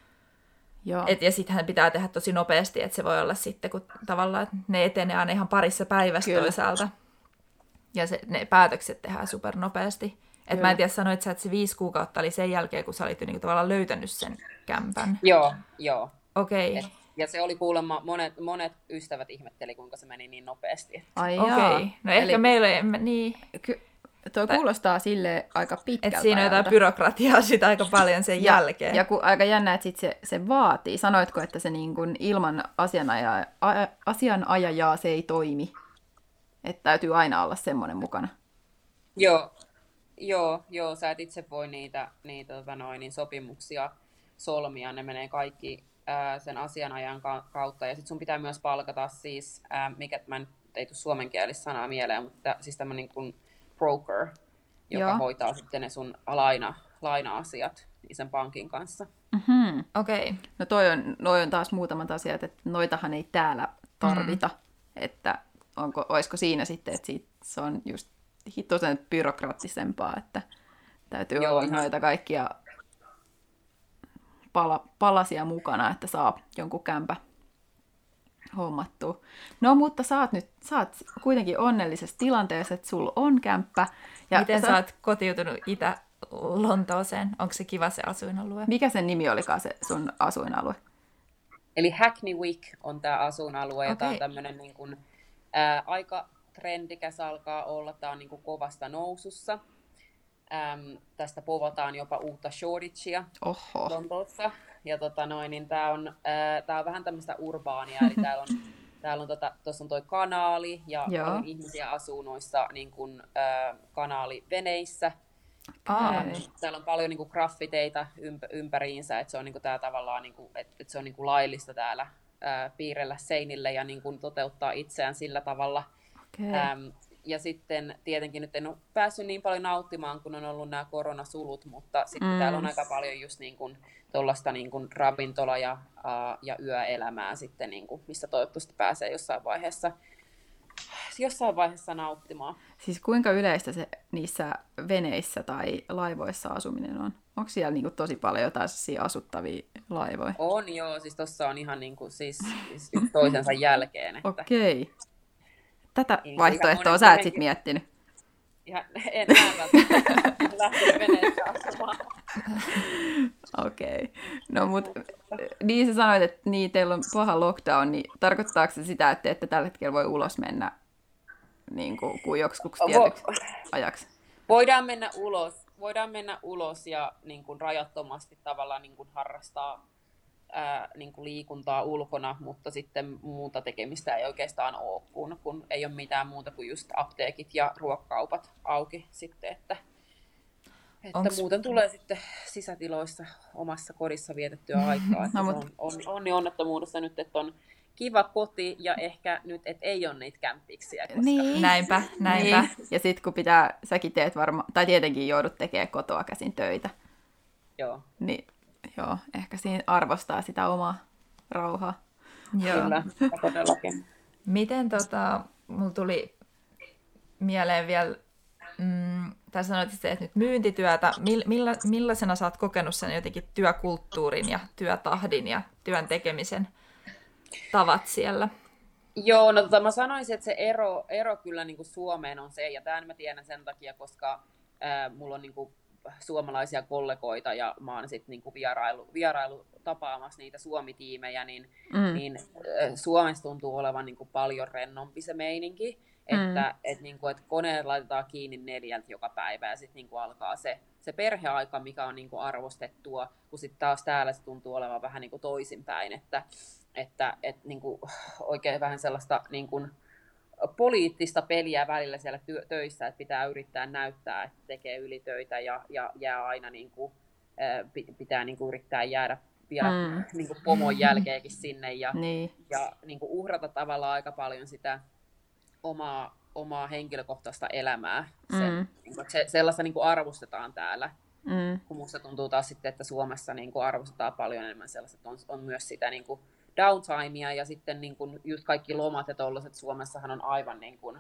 Et, ja sittenhän pitää tehdä tosi nopeasti, että se voi olla sitten, kun tavallaan ne etenee aina ihan parissa päivässä Kyllä. toisaalta. Ja se, ne päätökset tehdään supernopeasti. Et mä en tiedä, sanoit sä, että se viisi kuukautta oli sen jälkeen, kun sä olit jo niin tavallaan löytänyt sen kämpän. Joo, joo. Okei. Okay. Ja se oli kuulemma, monet, monet ystävät ihmetteli, kuinka se meni niin nopeasti. Ai Okei. Okay. No Eli... ehkä meillä ei, niin... Ky- Tuo kuulostaa sille aika pitkältä. Että siinä on jotain byrokratiaa sitä aika paljon sen ja, jälkeen. Ja kun aika jännä, että sit se, se vaatii. Sanoitko, että se niin kun ilman asianaja, a, asianajajaa se ei toimi? Että täytyy aina olla semmoinen mukana. Joo, joo, joo, sä et itse voi niitä, niitä tota noin, niin sopimuksia solmia. Ne menee kaikki ää, sen asianajan kautta. Ja sitten sun pitää myös palkata siis, ää, mikä mä nyt ei tule suomenkielistä sanaa mieleen, mutta siis tämmöinen niin kuin broker, joka Joo. hoitaa sitten ne sun laina, laina-asiat niin sen pankin kanssa. Mm-hmm. Okei. Okay. No toi on, noi on taas muutamat asiat, että noitahan ei täällä tarvita. Mm. Että onko, olisiko siinä sitten, että siitä, se on just hitosen byrokraattisempaa, että täytyy Joo, olla ihan... noita kaikkia pala, palasia mukana, että saa jonkun kämpä hommattua. No, mutta sä oot nyt sä oot kuitenkin onnellisessa tilanteessa, että sulla on kämppä. Ja Miten sä oot kotiutunut Itä-Lontooseen? Onko se kiva se asuinalue? Mikä sen nimi olikaan se sun asuinalue? Eli Hackney Wick on tämä asuinalue, okay. Jota on tämmöinen niin kuin, ää, aika trendikäs alkaa olla. Tämä on niin kuin kovasta nousussa. Äm, tästä povataan jopa uutta Shoreditchea Oho. Lontoossa. Ja tota noin, niin tää on, ää, tää on vähän tämmöistä urbaania, eli täällä on, täällä on tota, tuossa on toi kanaali, ja ihmisiä asuu noissa niin kun, ää, kanaaliveneissä. Aa, täällä on paljon niin kun, graffiteita ympä, ympäriinsä, että se on niin kun, tää tavallaan, niin kun, et, et se on niin kun, laillista täällä ää, piirrellä seinille ja niin kun, toteuttaa itseään sillä tavalla. Okay. Äm, Ja sitten tietenkin nyt en ole päässyt niin paljon nauttimaan, kun on ollut nämä koronasulut, mutta sitten mm. täällä on aika paljon just niin kuin tuollaista niin kuin ravintola- ja, uh, ja yöelämää sitten, niin kuin, missä toivottavasti pääsee jossain vaiheessa, jossain vaiheessa nauttimaan. Siis kuinka yleistä se niissä veneissä tai laivoissa asuminen on? Onko siellä niin kuin tosi paljon jotain asuttavia laivoja? On joo, siis tuossa on ihan niin kuin, siis, siis toisensa jälkeen. Että... Okei. Okay. Tätä niin, vaihtoehtoa sä et sit miettinyt. Ihan, en välttämättä lähtenyt veneessä asumaan. Okei. Okay. No mut niin sä sanoit, että niin, teillä on paha lockdown, niin tarkoittaako se sitä, että ette tällä hetkellä voi ulos mennä niin kuin, kuin joksikuksi tietyksi ajaksi? Voidaan mennä ulos, voidaan mennä ulos ja niin kuin rajattomasti tavallaan niin kuin harrastaa Ää, niin kuin liikuntaa ulkona, mutta sitten muuta tekemistä ei oikeastaan ole, kun, kun ei ole mitään muuta kuin just apteekit ja ruokakaupat auki sitten, että Että Onks... muuten tulee sitten sisätiloissa omassa kodissa vietettyä aikaa. Että no, se mut... on, on, onni onnettomuudessa nyt, että on kiva koti ja ehkä nyt, että ei ole niitä kämpiksiä. Koska... Niin. Näinpä, näinpä. Niin. Ja sitten kun pitää, säkin teet varmaan, tai tietenkin joudut tekemään kotoa käsin töitä. Joo. Niin joo, ehkä siinä arvostaa sitä omaa rauhaa. Joo. Kyllä, todellakin. Miten tota, mulla tuli mieleen vielä, mm, tai sanoit, että teet nyt myyntityötä, milla, millaisena sä oot kokenut sen jotenkin työkulttuurin ja työtahdin ja työn tekemisen tavat siellä? Joo, no tota, mä sanoisin, että se ero, ero kyllä niin kuin Suomeen on se, ja tämän mä tiedän sen takia, koska ää, mulla on niin kuin suomalaisia kollegoita ja mä oon sitten niinku vierailu, vierailu tapaamassa niitä Suomi-tiimejä, niin, mm. niin Suomessa tuntuu olevan niinku paljon rennompi se meininki, mm. että et niinku, et koneet laitetaan kiinni neljältä joka päivä ja sitten niinku alkaa se, se perheaika, mikä on niinku arvostettua, kun sitten taas täällä se tuntuu olevan vähän niinku toisinpäin, että, että et niinku, oikein vähän sellaista niinku, poliittista peliä välillä siellä työ, töissä, että pitää yrittää näyttää, että tekee ylitöitä ja, ja jää aina niin kuin, ää, pitää niin kuin yrittää jäädä vielä mm. niin kuin pomon jälkeenkin sinne ja, niin. ja niin kuin uhrata tavallaan aika paljon sitä omaa, omaa henkilökohtaista elämää. Se, mm. niin kuin, se, sellaista niin kuin arvostetaan täällä, mm. kun musta tuntuu taas sitten, että Suomessa niin kuin arvostetaan paljon enemmän sellaista, että on, on myös sitä niin kuin downtimea ja sitten niin kuin just kaikki lomat ja tollaset. Suomessahan on aivan niin kuin,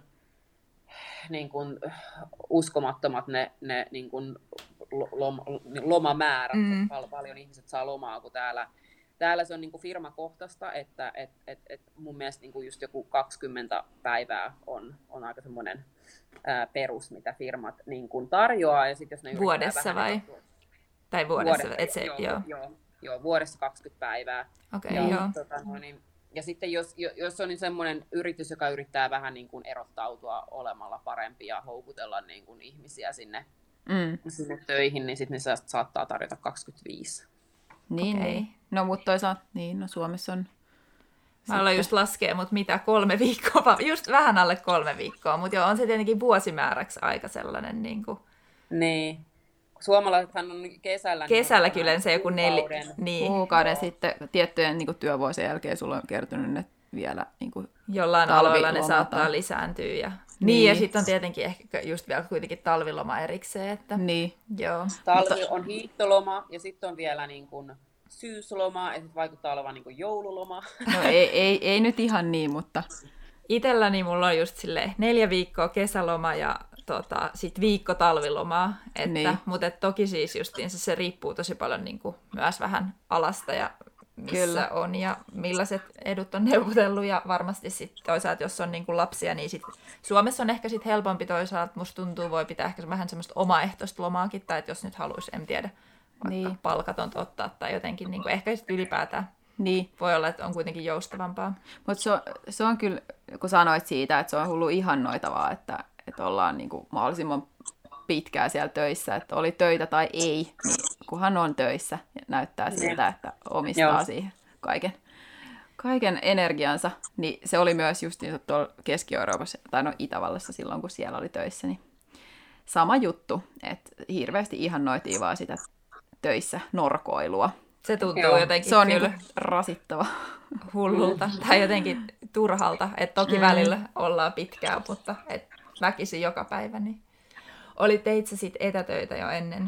niin kuin uskomattomat ne, ne niin kuin loma, lomamäärät, mm. Pal- paljon ihmiset saa lomaa, kun täällä, täällä se on niin kuin firmakohtaista, että et, et, et mun mielestä niin kuin just joku kaksikymmentä päivää on, on aika semmoinen ää, perus, mitä firmat niin kuin tarjoaa. Ja sit, jos ne vuodessa vai? Niin, tai vuodessa, vuodessa et se, joo, joo. joo. Joo, vuodessa kaksikymmentä päivää. Okay, ja, joo. Tota, no, niin, ja sitten jos, jos on niin semmoinen yritys, joka yrittää vähän niin kuin erottautua olemalla parempi ja houkutella niin kuin ihmisiä sinne, mm. sinne töihin, niin sitten ne saattaa tarjota kaksikymmentäviisi. Niin, okay. niin. No mutta toisaalta, niin, no Suomessa on... Mä aloin just laskea, mutta mitä, kolme viikkoa, just vähän alle kolme viikkoa, mutta joo, on se tietenkin vuosimääräksi aika sellainen niin kuin... Niin. Suomalaisethan on kesällä... Kesällä niin kyllä se joku neljä... Niin. Kuukauden sitten tiettyjen niin kuin työvuosien jälkeen sulla on kertynyt ne vielä niin kuin jollain aloilla ne saattaa lisääntyä. Ja... Niin. niin, ja sitten on tietenkin ehkä just vielä kuitenkin talviloma erikseen. Että... Niin. Joo. Talvi on hiihtoloma ja sitten on vielä niin kuin syysloma ja sitten vaikuttaa olevan niin kuin joululoma. No ei, ei, ei nyt ihan niin, mutta... Itselläni mulla on just silleen neljä viikkoa kesäloma ja tota, sit viikko talvilomaa. Että, niin. Mutta et toki siis justiinsa se riippuu tosi paljon niin kuin myös vähän alasta ja missä Kyllä. on ja millaiset edut on neuvotellut. Ja varmasti sitten toisaalta, jos on niin kuin lapsia, niin sit Suomessa on ehkä sit helpompi toisaalta. Musta tuntuu, voi pitää ehkä vähän semmoista omaehtoista lomaakin, tai että jos nyt haluaisi, en tiedä, vaikka niin. palkatonta ottaa tai jotenkin niin kuin ehkä sit ylipäätään. Niin. Voi olla, että on kuitenkin joustavampaa. Mutta se, se on kyllä, kun sanoit siitä, että se on hullu ihannoitavaa, että, että ollaan niin kuin mahdollisimman pitkään siellä töissä, että oli töitä tai ei, niin kunhan on töissä ja näyttää siltä, että omistaa Joo. siihen kaiken, kaiken energiansa, niin se oli myös just niin tuolla Keski-Euroopassa, tai no Itävallassa silloin, kun siellä oli töissä, niin sama juttu, että hirveästi ihannoitiin vaan sitä töissä norkoilua. Se tuntuu Joo. jotenkin se on kyllä niin rasittava. Hullulta tai jotenkin turhalta, että toki mm. välillä ollaan pitkään, mutta et väkisin joka päivä. Niin. Oli teitsä sitten etätöitä jo ennen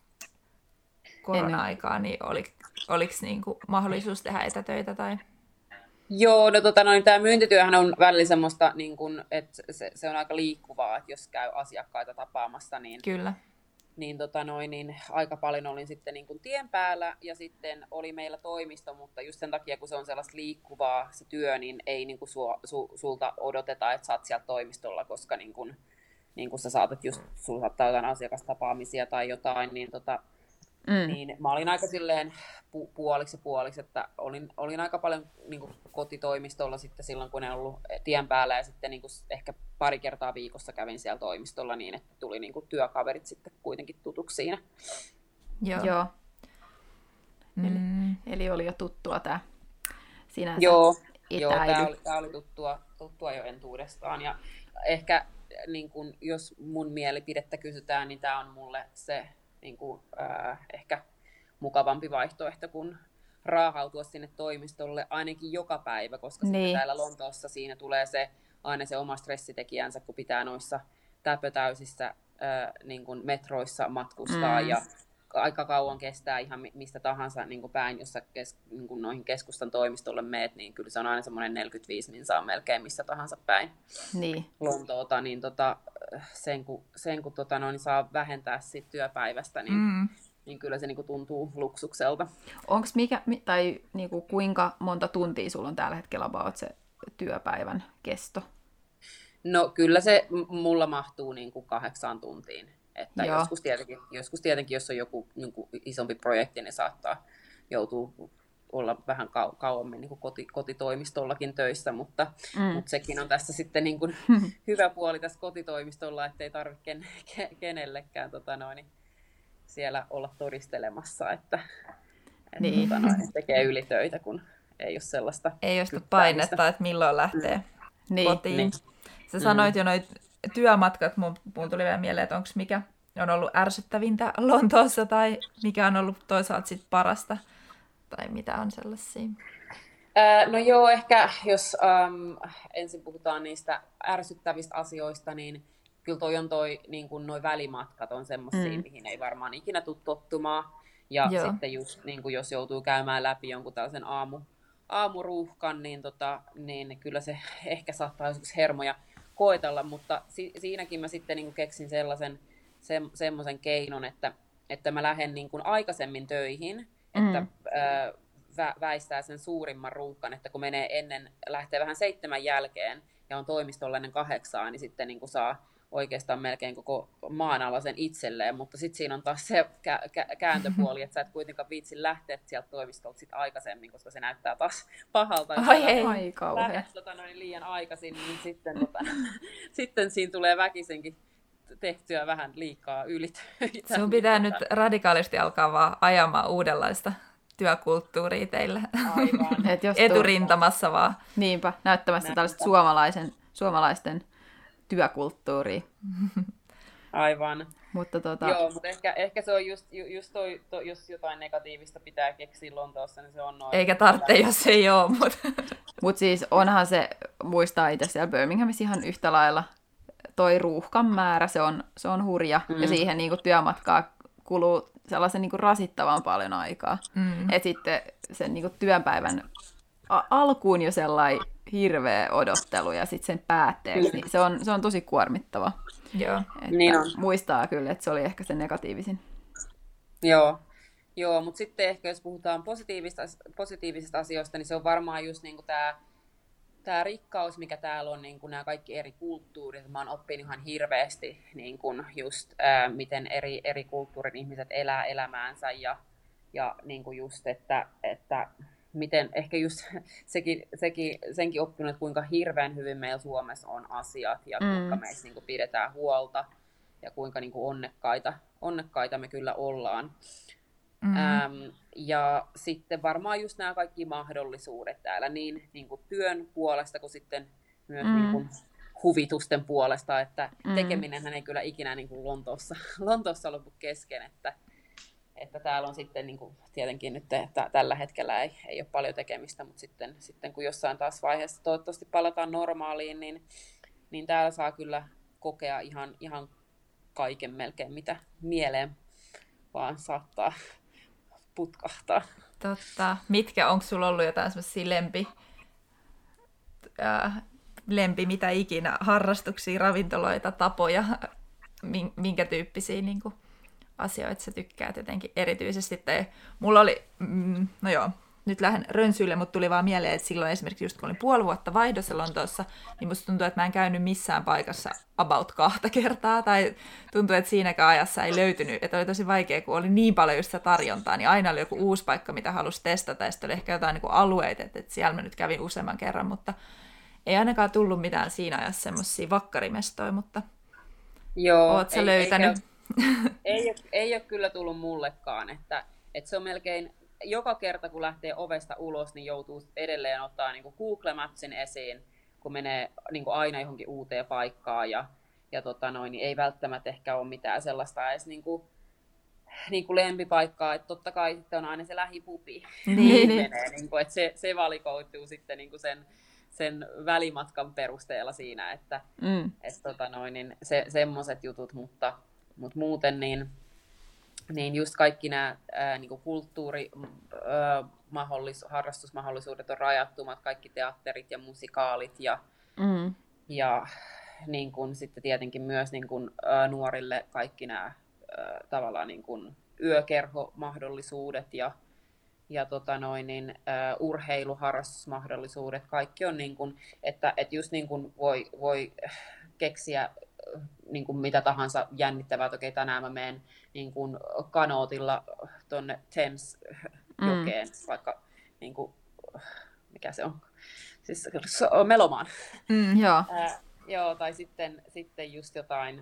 korona-aikaa, niin oliko, oliko niinku mahdollisuus tehdä etätöitä? Tai... Joo, no tota, noin, tämä myyntityöhän on välillä semmoista, niin kun, että se, se on aika liikkuvaa, että jos käy asiakkaita tapaamassa, niin... Kyllä. Niin, tota noin, niin aika paljon olin sitten niin kuin tien päällä ja sitten oli meillä toimisto, mutta just sen takia, kun se on sellaista liikkuvaa se työ, niin ei niin kuin su, su, sulta odoteta, että sä oot siellä toimistolla, koska niin kuin, niin kuin sä saatat just, sulla saattaa jotain asiakastapaamisia tai jotain, niin, tota, mm. niin mä olin aika silleen pu, puoliksi ja puoliksi, että olin, olin aika paljon niin kuin kotitoimistolla sitten silloin, kun en ollut tien päällä ja sitten niin kuin ehkä pari kertaa viikossa kävin siellä toimistolla niin, että tuli niin kuin työkaverit sitten kuitenkin tutuksi siinä. Joo. Joo. Mm. Eli, eli oli jo tuttua tämä sinänsä Joo, etäily. Joo tämä oli, tämä oli tuttua, tuttua jo entuudestaan. Ja ehkä niin kuin, jos mun mielipidettä kysytään, niin tämä on mulle se niin kuin, äh, ehkä mukavampi vaihtoehto kuin raahautua sinne toimistolle ainakin joka päivä, koska niin. sitten täällä Lontoossa siinä tulee se, aina se oma stressitekijänsä, kun pitää noissa täpötäysissä äh, niin kuin metroissa matkustaa mm. ja aika kauan kestää ihan mistä tahansa niin kuin päin, jossa kes, niin kuin noihin keskustan toimistolle meet, niin kyllä se on aina semmoinen neljäkymmentäviisi minsaa melkein missä tahansa päin niin. Lontoota, niin tota, sen kun, sen, kun tota, noin, saa vähentää siitä työpäivästä, niin, mm. niin kyllä se niin kuin tuntuu luksukselta. Onko mikä, tai niin kuin, kuinka monta tuntia sulla on tällä hetkellä about se työpäivän kesto? No kyllä se mulla mahtuu niin kuin kahdeksaan tuntiin. Että joskus tietenkin, joskus tietenkin, jos on joku niin kuin isompi projekti, niin saattaa joutua olla vähän kau- kauemmin niin kuin koti, kotitoimistollakin töissä, mutta, mm. mutta sekin on tässä sitten niin kuin hyvä puoli tässä kotitoimistolla, ettei tarvitse ken, kenellekään tota noin, siellä olla todistelemassa, että, että niin. tota noin, tekee ylitöitä, kun ei ole sellaista ei ole sitä painetta, että milloin lähtee mm. kotiin. Niin. Sä sanoit mm. jo noit työmatkat, mun, mun tuli vielä mieleen, että onko mikä on ollut ärsyttävintä Lontoossa tai mikä on ollut toisaalta sit parasta tai mitä on sellaisia? Ää, no joo, ehkä jos äm, ensin puhutaan niistä ärsyttävistä asioista, niin kyllä toi on toi, niin kun noi välimatkat on semmoisia, mm. mihin ei varmaan ikinä tule tottumaan. Ja joo. sitten just niin kun jos joutuu käymään läpi jonkun tällaisen aamu, aamuruuhkan, niin, tota, niin kyllä se ehkä saattaa joskus hermoja koetella, mutta si- siinäkin mä sitten niin keksin sellaisen se- semmoisen keinon, että, että mä lähden niin kuin aikaisemmin töihin, mm. että ää, vä- väistää sen suurimman ruuhkan, että kun menee ennen, lähtee vähän seitsemän jälkeen ja on toimistolla ennen kahdeksaa, niin sitten niin kuin saa oikeastaan melkein koko maanalaisen itselleen, mutta sitten siinä on taas se kä- kä- kääntöpuoli, että sä et kuitenkaan viitsi lähteä sieltä toimistolta sit aikaisemmin, koska se näyttää taas pahalta. Ai ei, ai kauhean. Lähdet tota, noin liian aikaisin, niin sitten, tota, sitten siinä tulee väkisenkin tehtyä vähän liikaa ylitöitä. Sun pitää nyt radikaalisti alkaa vaan ajamaan uudenlaista työkulttuuria teille. Aivan. Et jos eturintamassa vaan. Niinpä, näyttämässä tällaista suomalaisen, suomalaisten työkulttuuria. Aivan. Mutta tota... Joo, mutta ehkä, ehkä se on just, just toi, to, jos jotain negatiivista pitää keksiä Lontoossa, niin se on noin. Eikä tarvitse, jos ei ole. Mutta Mut siis onhan se, muistaa itse siellä Birminghamissa ihan yhtä lailla, toi ruuhkan määrä, se on, se on hurja. Mm. Ja siihen niinku työmatkaa kuluu sellaisen niinku rasittavan paljon aikaa. Mm. Et sitten sen niinku työpäivän a- alkuun jo sellainen hirveä odottelu ja sitten sen päätteeksi, niin se on, se on tosi kuormittava. Joo. Niin on. Muistaa kyllä, että se oli ehkä se negatiivisin. Joo, Joo mutta sitten ehkä jos puhutaan positiivista, positiivisista asioista, niin se on varmaan just niinku tämä tää rikkaus, mikä täällä on, niinku nämä kaikki eri kulttuurit. Mä oon oppinut ihan hirveästi, niinku just, ää, miten eri, eri kulttuurin ihmiset elää elämäänsä ja, ja niinku just, että, että miten ehkä just sekin, sekin, senkin oppinut, että kuinka hirveän hyvin meillä Suomessa on asiat ja mm. kuinka meistä niin kuin pidetään huolta ja kuinka niin kuin onnekkaita, onnekkaita me kyllä ollaan. Mm. Ähm, ja sitten varmaan just nämä kaikki mahdollisuudet täällä niin, niin kuin työn puolesta kuin sitten myös mm. niin kuin huvitusten puolesta, että mm. tekeminenhän ei kyllä ikinä niin kuin Lontoossa, Lontoossa lopu kesken, että Että täällä on sitten niin kuin, tietenkin nyt, että tällä hetkellä ei, ei ole paljon tekemistä, mutta sitten, sitten kun jossain taas vaiheessa toivottavasti palataan normaaliin, niin, niin täällä saa kyllä kokea ihan, ihan kaiken melkein, mitä mieleen vaan saattaa putkahtaa. Totta. Mitkä, onko sulla ollut jotain semmoisia lempi, äh, lempi, mitä ikinä, harrastuksia, ravintoloita, tapoja, minkä tyyppisiä niin kuin asioita sä tykkäät jotenkin erityisesti. Tai mulla oli, mm, no joo, nyt lähden rönsyille, mutta tuli vaan mieleen, että silloin esimerkiksi just kun olin puoli vuotta vaihdossa Lontoossa, niin musta tuntuu, että mä en käynyt missään paikassa about kahta kertaa, tai tuntuu, että siinäkään ajassa ei löytynyt, että oli tosi vaikea, kun oli niin paljon just sitä tarjontaa, niin aina oli joku uusi paikka, mitä halusi testata, ja sitten oli ehkä jotain niin kuin alueita, että, että siellä mä nyt kävin useamman kerran, mutta ei ainakaan tullut mitään siinä ajassa semmoisia vakkarimestoja, mutta joo, oot sä löytänyt? Ei, ei, ole, ei ole kyllä tullut mullekaan, että, että se on melkein joka kerta, kun lähtee ovesta ulos, niin joutuu edelleen ottaa niin kuin Google Mapsin esiin, kun menee niin kuin aina johonkin uuteen paikkaan, ja, ja tota noin, niin ei välttämättä ehkä ole mitään sellaista edes niin kuin niin kuin lempipaikkaa, että totta kai sitten on aina se lähipubi, Niin. menee, niin kuin, että se, se valikoituu sitten niin kuin sen, sen välimatkan perusteella siinä, että Mm. et, tota noin, niin se, semmoiset jutut, mutta, mutta muuten niin, niin just kaikki nämä ää, niin kuin kulttuuri, ää, mahdollis, harrastusmahdollisuudet on rajattumat, kaikki teatterit ja musikaalit ja, Mm. ja niin kuin, sitten tietenkin myös niin kuin, ää, nuorille kaikki nämä ää, tavallaan niin kuin yökerhomahdollisuudet ja, ja tota noin, niin, ää, urheiluharrastusmahdollisuudet, kaikki on niin kuin, että, että just niin kuin voi, voi keksiä niin kuin mitä tahansa jännittävää, että okei, tänään mä menen niin kuin kanootilla tuonne Thames-jokeen, mm. vaikka niin kuin, mikä se on, siis Melomaan. Mm, joo. Ää, joo, tai sitten, sitten just jotain,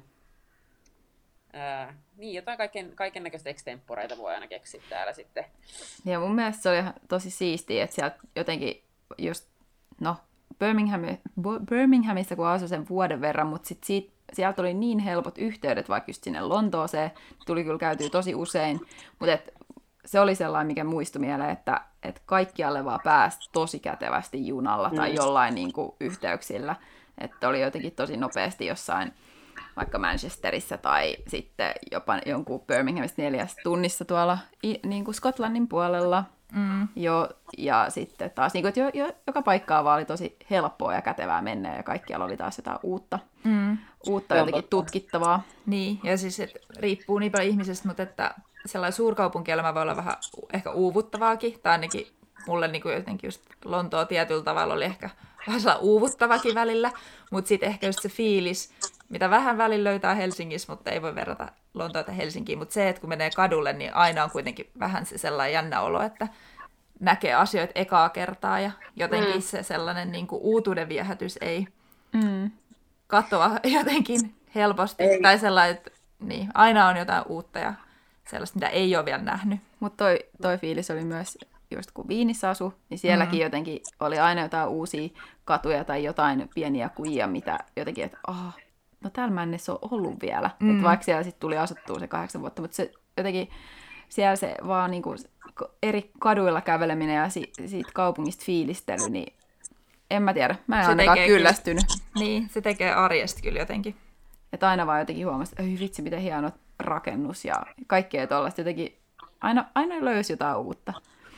ää, niin, jotain kaiken, kaiken näköistä extemporeita voi aina keksiä täällä sitten. Ja mun mielestä se oli ihan tosi siistiä, että sieltä jotenkin just, no, Birmingham, Birminghamissa kun asui sen vuoden verran, mutta sit siitä, sieltä oli niin helpot yhteydet vaikka just sinne Lontooseen, tuli kyllä käytyä tosi usein, mutta et, se oli sellainen, mikä muistui mieleen, että et kaikkialle vaan pääsi tosi kätevästi junalla tai Mm. jollain niin kuin, yhteyksillä, että oli jotenkin tosi nopeasti jossain vaikka Manchesterissa tai sitten jopa jonkun Birminghamista neljässä tunnissa tuolla i- niin kuin Skotlannin puolella. Mm. Jo, ja sitten taas, niin kuin, että jo, jo, joka paikkaa vaan oli tosi helppoa ja kätevää mennä, ja kaikkialla oli taas jotain uutta, Mm. uutta Se on jotenkin totta. tutkittavaa. Niin, ja siis et riippuu niin paljon ihmisestä, mutta että sellainen suurkaupunkielämä voi olla vähän ehkä uuvuttavaakin, tai ainakin mulle niin kuin jotenkin just Lontoa tietyllä tavalla oli ehkä vähän sellainen uuvuttavakin välillä, mutta sitten ehkä just se fiilis, mitä vähän välillä löytää Helsingissä, mutta ei voi verrata Lontoota Helsinkiin, mutta se, että kun menee kadulle, niin aina on kuitenkin vähän se sellainen jännä olo, että näkee asioita ekaa kertaa, ja jotenkin Mm. se sellainen niin kuin uutuuden viehätys ei Mm. katoa jotenkin helposti, Ei. tai sellainen, että niin, aina on jotain uutta ja sellaista, mitä ei ole vielä nähnyt. Mutta toi, toi fiilis oli myös, just kun Viinissä asui, niin sielläkin Mm. jotenkin oli aina jotain uusia katuja tai jotain pieniä kujia, mitä jotenkin, että oh, no täällä mä en edes ole ollut vielä. Mm. Että vaikka siellä sitten tuli asuttua se kahdeksan vuotta, mutta se jotenkin siellä se vaan niinku eri kaduilla käveleminen ja si, siitä kaupungista fiilistely, niin en mä tiedä. Mä en Se ainakaan tekee kyllästynyt. Niin, se tekee arjesta kyllä jotenkin. Että aina vaan jotenkin huomasi, että ei vitsi, miten hieno rakennus ja kaikkea tuollaista. Jotenkin aina, aina löysi jotain uutta.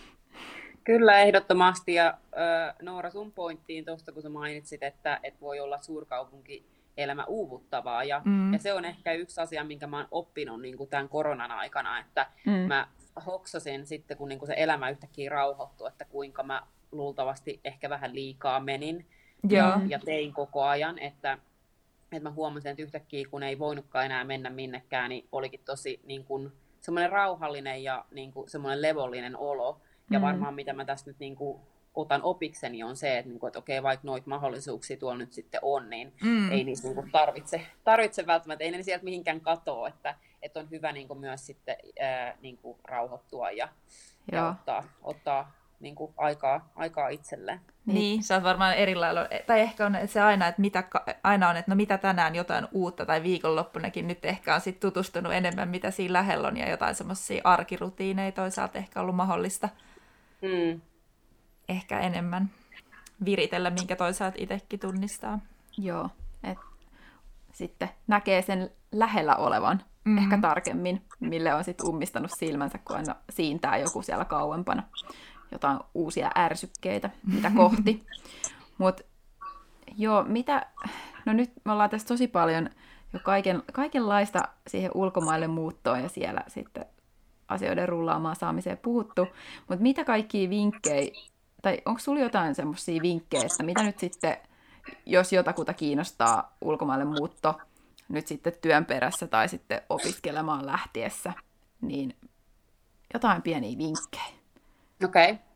Kyllä, ehdottomasti. Ja äh, Noora, sun pointtiin tuosta, kun sä mainitsit, että, että voi olla suurkaupunkielämä uuvuttavaa. Ja, Mm. ja se on ehkä yksi asia, minkä mä oon oppinut niin kuin tämän koronan aikana, että Mm. mä hoksasin sitten, kun niin kuin se elämä yhtäkkiä rauhoittui, että kuinka mä luultavasti ehkä vähän liikaa menin Joo. ja, ja tein koko ajan, että, että mä huomasin, että yhtäkkiä kun ei voinutkaan enää mennä minnekään, niin olikin tosi niin kuin, semmoinen rauhallinen ja niin kuin, semmoinen levollinen olo. Ja Mm. varmaan mitä mä tästä nyt niin kuin, otan opikseni on se, että, niin kuin, että okei, vaikka noita mahdollisuuksia tuolla nyt sitten on, niin Mm. ei niistä niin kuin, tarvitse, tarvitse välttämättä, ei ne sieltä mihinkään katoa, että, että on hyvä niin kuin, myös sitten ää, niin kuin, rauhoittua ja, ja Joo. ottaa, ottaa niin kuin, aikaa, aikaa itselleen. Niin, sä oot varmaan eri lailla, tai ehkä on se aina, että mitä, aina on, että no mitä tänään jotain uutta, tai viikonloppunakin nyt ehkä on sit tutustunut enemmän, mitä siinä lähellä on, ja jotain semmoisia arkirutiineja toisaalta ehkä ollut mahdollista Mm. ehkä enemmän viritellä, minkä toisaalta itsekin tunnistaa. Joo, et sitten näkee sen lähellä olevan Mhm. ehkä tarkemmin, mille on sitten ummistanut silmänsä, kun aina siintää joku siellä kauempana. Jotain uusia ärsykkeitä, mitä kohti. Mutta joo, mitä... No nyt me ollaan tässä tosi paljon jo kaiken, kaikenlaista siihen ulkomaille muuttoon ja siellä sitten asioiden rullaamaan saamiseen puhuttu. Mutta mitä kaikkia vinkkejä, tai onko sulla jotain semmoisia vinkkejä, että mitä nyt sitten, jos jotakuta kiinnostaa ulkomaille muutto nyt sitten työn perässä tai sitten opiskelemaan lähtiessä, niin jotain pieniä vinkkejä. Okei. Okay.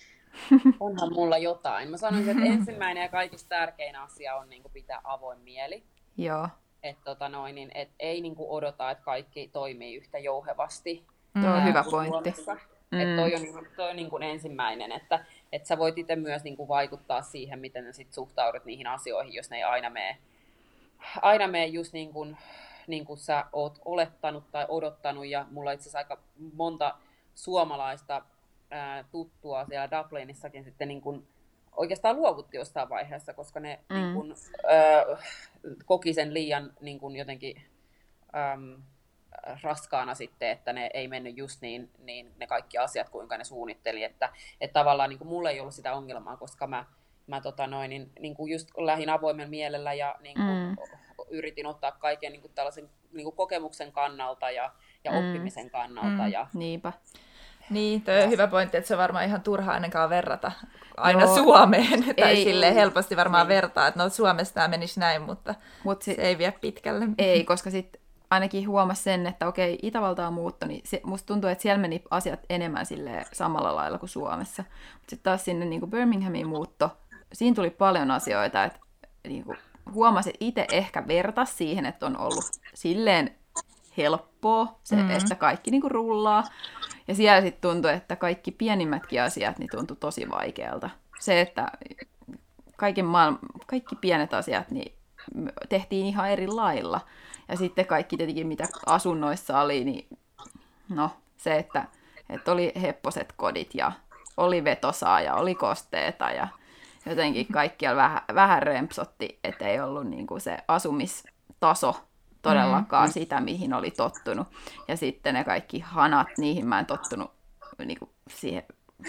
Onhan mulla jotain. Mä sanoisin, että ensimmäinen ja kaikista tärkein asia on niin kuin pitää avoin mieli. Joo, Että tota noin, niin, et ei niin kuin odota, että kaikki toimii yhtä jouhevasti. tuo on ää, hyvä kuin pointti. Suomessa. Mm. Et toi on, niinku- toi on niin kuin ensimmäinen, että et sä voit itse myös niin kuin vaikuttaa siihen, miten sä sit suhtaudut niihin asioihin, jos ne ei aina mene, aina mene just niin kuin niin kuin sä oot olettanut tai odottanut, ja mulla itse asiassa aika monta suomalaista ää, tuttua siellä Dublinissakin sitten niin kuin oikeastaan luovutti jostain vaiheessa, koska ne mm. niin kuin, ää, koki sen liian niin kuin jotenkin äm, raskaana sitten, että ne ei mennyt just niin, niin ne kaikki asiat, kuinka ne suunnitteli, että, että tavallaan niin kuin mulla ei ollut sitä ongelmaa, koska mä, mä tota noin, niin, niin kuin just lähdin avoimen mielellä ja niin kuin mm. yritin ottaa kaiken niin kuin tällaisen niin kuin kokemuksen kannalta ja, ja mm. oppimisen kannalta. Mm. Ja, Niinpä. Niin, toi on hyvä pointti, että se on varmaan ihan turha ainakaan verrata aina Joo. Suomeen. Tai ei, silleen helposti varmaan niin. vertaa, että no Suomessa tämä menisi näin, mutta Mut sit, se ei vie pitkälle. Ei, koska sitten ainakin huomasi sen, että okei, Itävaltaan muutto, niin se, musta tuntuu, että siellä meni asiat enemmän silleen samalla lailla kuin Suomessa. Mutta sitten taas sinne niin kuin Birminghamiin muutto, siinä tuli paljon asioita, että niin kuin huomasi, että itse ehkä vertasi siihen, että on ollut silleen helppoa, se, mm-hmm. että kaikki niin kuin rullaa. Ja siellä sitten tuntui, että kaikki pienimmätkin asiat niin tuntui tosi vaikealta. Se, että kaiken maailman, kaikki pienet asiat niin tehtiin ihan eri lailla. Ja sitten kaikki tietenkin, mitä asunnoissa oli, niin no se, että, että oli hepposet kodit ja oli vetosaa ja oli kosteeta ja jotenkin kaikkialla vähän, vähän rempsotti, että ei ollut niin kuin se asumistaso todellakaan mm-hmm. sitä, mihin oli tottunut. Ja sitten ne kaikki hanat, niihin mä en tottunut niin kuin siihen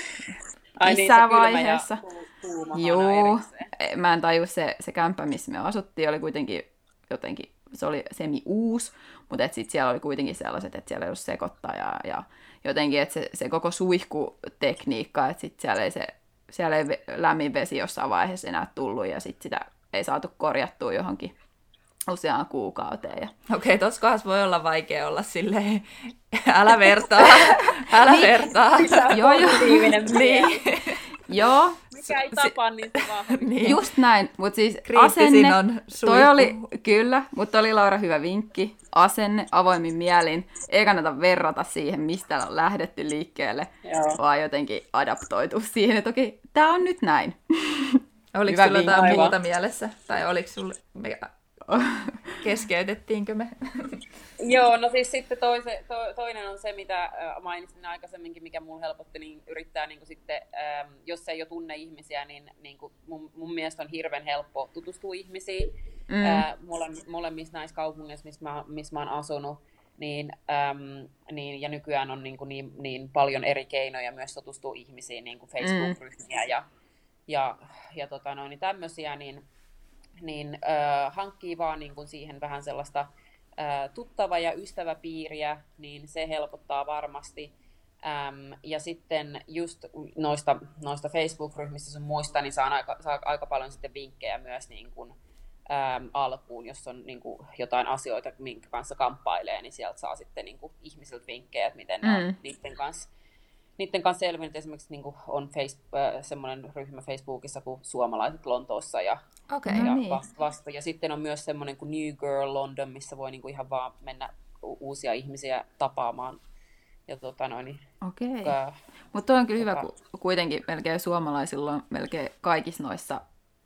Ai missään niin, vaiheessa. Joo, mä en tajua, se, se kämppä, missä me asuttiin, oli kuitenkin jotenkin, se oli semi-uusi, mutta sitten siellä oli kuitenkin sellaiset, että siellä ei ollut sekoittajaa ja jotenkin, että se, se koko suihkutekniikka, että sitten siellä ei, se, siellä ei lämmin vesi jossain vaiheessa enää tullut ja sitten sitä ei saatu korjattua johonkin useaan kuukauteen. Okei, okay, tuossa kohdassa voi olla vaikea olla silleen, älä vertaa, älä niin. vertaa. Joo, joo. niin. Joo. Mikä ei tapa, niin se vaan. Niin. Just näin, mutta siis kriittisin asenne, on toi oli, kyllä, mutta oli Laura hyvä vinkki, asenne, avoimin mielin, ei kannata verrata siihen, mistä on lähdetty liikkeelle, Joo. vaan jotenkin adaptoitu siihen, että okei, tää on nyt näin. Oliko sulla jotain muuta mielessä, tai oliko sulla, me... keskeytettiinkö me? Joo, no siis sitten toise, to, toinen on se, mitä mainitsin aikaisemminkin, mikä mulla helpotti, niin yrittää niin kuin sitten, ähm, jos ei jo tunne ihmisiä, niin, niin kuin mun, mun mielestä on hirveän helppo tutustua ihmisiin. Mm. Äh, mole, molemmissa näissä kaupungeissa, missä mä, missä mä oon asunut, niin, ähm, niin, ja nykyään on niin, kuin niin, niin paljon eri keinoja myös tutustua ihmisiin, niin kuin Facebook-ryhmiä ja, ja, ja tota noin, niin tämmöisiä, niin niin äh, hankkii vaan niin kuin siihen vähän sellaista äh, tuttava- ja ystäväpiiriä, niin se helpottaa varmasti. Ähm, ja sitten just noista, noista Facebook-ryhmistä sun muista, niin saa aika, saa aika paljon sitten vinkkejä myös niin kuin, ähm, alkuun, jos on niin kuin jotain asioita, minkä kanssa kamppailee, niin sieltä saa sitten niin kuin ihmisiltä vinkkejä, että miten mm. on niiden kanssa Niiden kanssa selvinnyt, esimerkiksi niin kuin on Facebook, äh, semmoinen ryhmä Facebookissa kuin Suomalaiset Lontoossa ja, okay, ja, no niin. vasta, vasta. Ja sitten on myös semmoinen kuin New Girl London, missä voi niin kuin ihan vaan mennä u- uusia ihmisiä tapaamaan. Ja tota noin, Okei. Ka- Mutta on kyllä hyvä, kun kuitenkin melkein suomalaisilla on melkein kaikissa noissa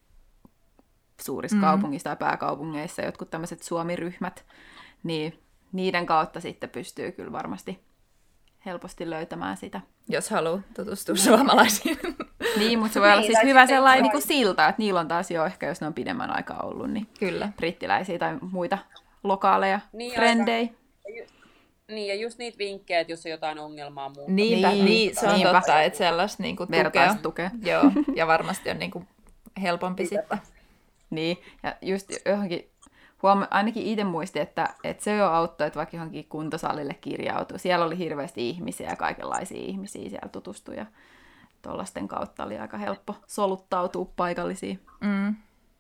suurissa mm-hmm. kaupungissa tai pääkaupungeissa jotkut tämmöiset suomiryhmät, niin niiden kautta sitten pystyy kyllä varmasti helposti löytämään sitä. Jos haluaa tutustua suomalaisiin. Niin, mutta se voi olla siis hyvä sellainen niin kuin silta, että niillä on taas jo ehkä, jos ne on pidemmän aikaa ollut, niin kyllä. brittiläisiä tai muita lokaaleja, niin, frendejä. Niin, ja just niitä vinkkejä, että jos on jotain ongelmaa muuta. Niinpä, niin, niin se on niinpä. Totta, että sellaista niin kuin tukea. tukea. Joo, ja varmasti on niin kuin helpompi sitten. Niin, ja just johonkin Huom- ainakin itse muistin, että, että se jo auttoi, että vaikka johonkin kuntosalille kirjautui. Siellä oli hirveästi ihmisiä ja kaikenlaisia ihmisiä siellä tutustui. Ja tuollaisten kautta oli aika helppo soluttautua paikallisiin. Mm.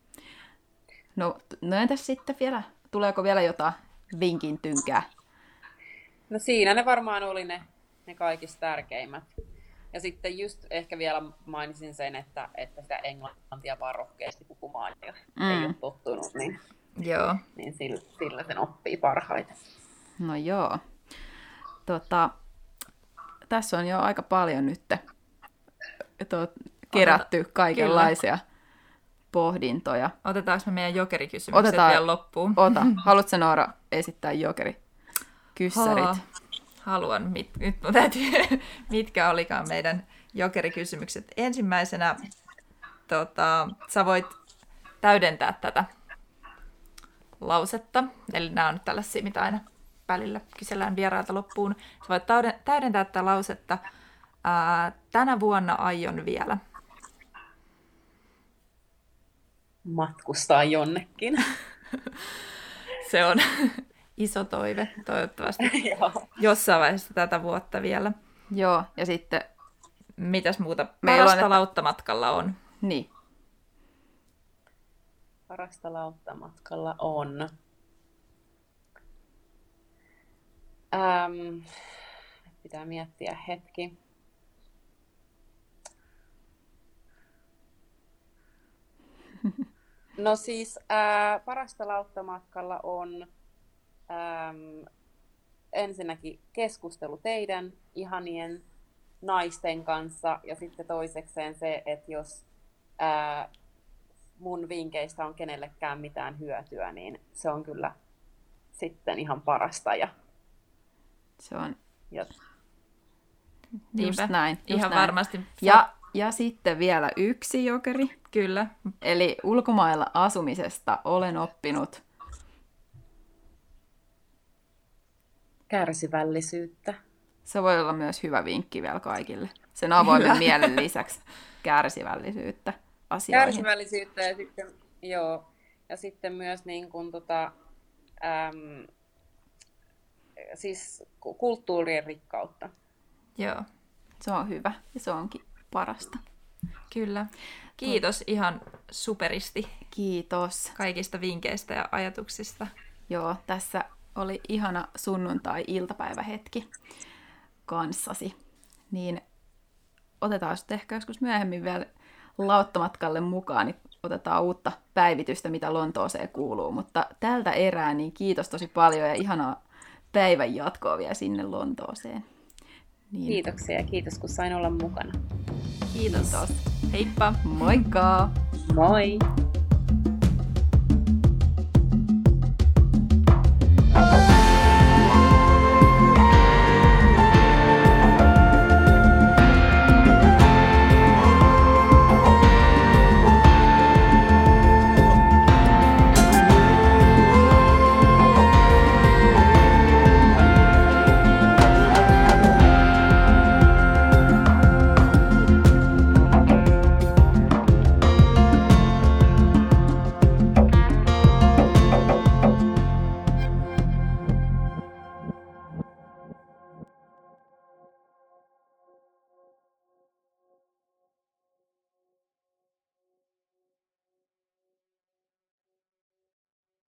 No, no entäs sitten vielä, tuleeko vielä jotain vinkin tynkää? No siinä ne varmaan oli ne, ne kaikista tärkeimmät. Ja sitten just ehkä vielä mainisin sen, että, että sitä englantia vaan rohkeasti puhumaan ja mm. ei ole tottunut, niin... Joo. Niin sillä, sillä sen oppii parhaiten. No joo. Tota, tässä on jo aika paljon nyt to, kerätty kaikenlaisia Kyllä. pohdintoja. Otetaanko me meidän jokerikysymykset Otetaan, vielä loppuun? Ota. Haluatko Noora esittää jokerikyssärit? Haa, haluan. Mit, nyt mun täytyy, mitkä olikaan meidän jokerikysymykset. Ensimmäisenä tota, sä voit täydentää tätä lausetta. Eli nämä on nyt tällaisia, mitä aina välillä kysellään vierailta loppuun. Sä voit täydentää tätä lausetta. Ää, tänä vuonna aion vielä. Matkustaa jonnekin. Se on iso toive, toivottavasti. Jossain vaiheessa tätä vuotta vielä. Joo, ja sitten... Mitäs muuta Meillä parasta on, että... lauttamatkalla on? Niin. Parasta lauttamatkalla on... Ähm, pitää miettiä hetki. No siis ää, parasta lauttamatkalla on äm, ensinnäkin keskustelu teidän ihanien naisten kanssa ja sitten toisekseen se, että jos ää, mun vinkkeistä on kenellekään mitään hyötyä, niin se on kyllä sitten ihan parasta. Ja, se on ja... just näin. Just ihan näin. Varmasti. Ja, ja sitten vielä yksi jokeri. Kyllä. Eli ulkomailla asumisesta olen oppinut kärsivällisyyttä. Se voi olla myös hyvä vinkki vielä kaikille. Sen avoimen mielen lisäksi kärsivällisyyttä asioihin. Kärsivällisyyttä ja sitten, joo, ja sitten myös niin kuin, tota, äm, siis kulttuurien rikkautta. Joo. Se on hyvä ja se onkin parasta. Kyllä. Kiitos ihan superisti. Kiitos. Kaikista vinkkeistä ja ajatuksista. Joo, tässä oli ihana sunnuntai-iltapäivähetki kanssasi. Niin otetaan sitten ehkä joskus myöhemmin vielä lauttamatkalle mukaan, niin otetaan uutta päivitystä, mitä Lontooseen kuuluu. Mutta tältä erää niin kiitos tosi paljon ja ihanaa päivän jatkoa vielä sinne Lontooseen. Niin. Kiitoksia ja kiitos, kun sain olla mukana. Kiitos. Kiitos. Heippa. Moikka! Moi!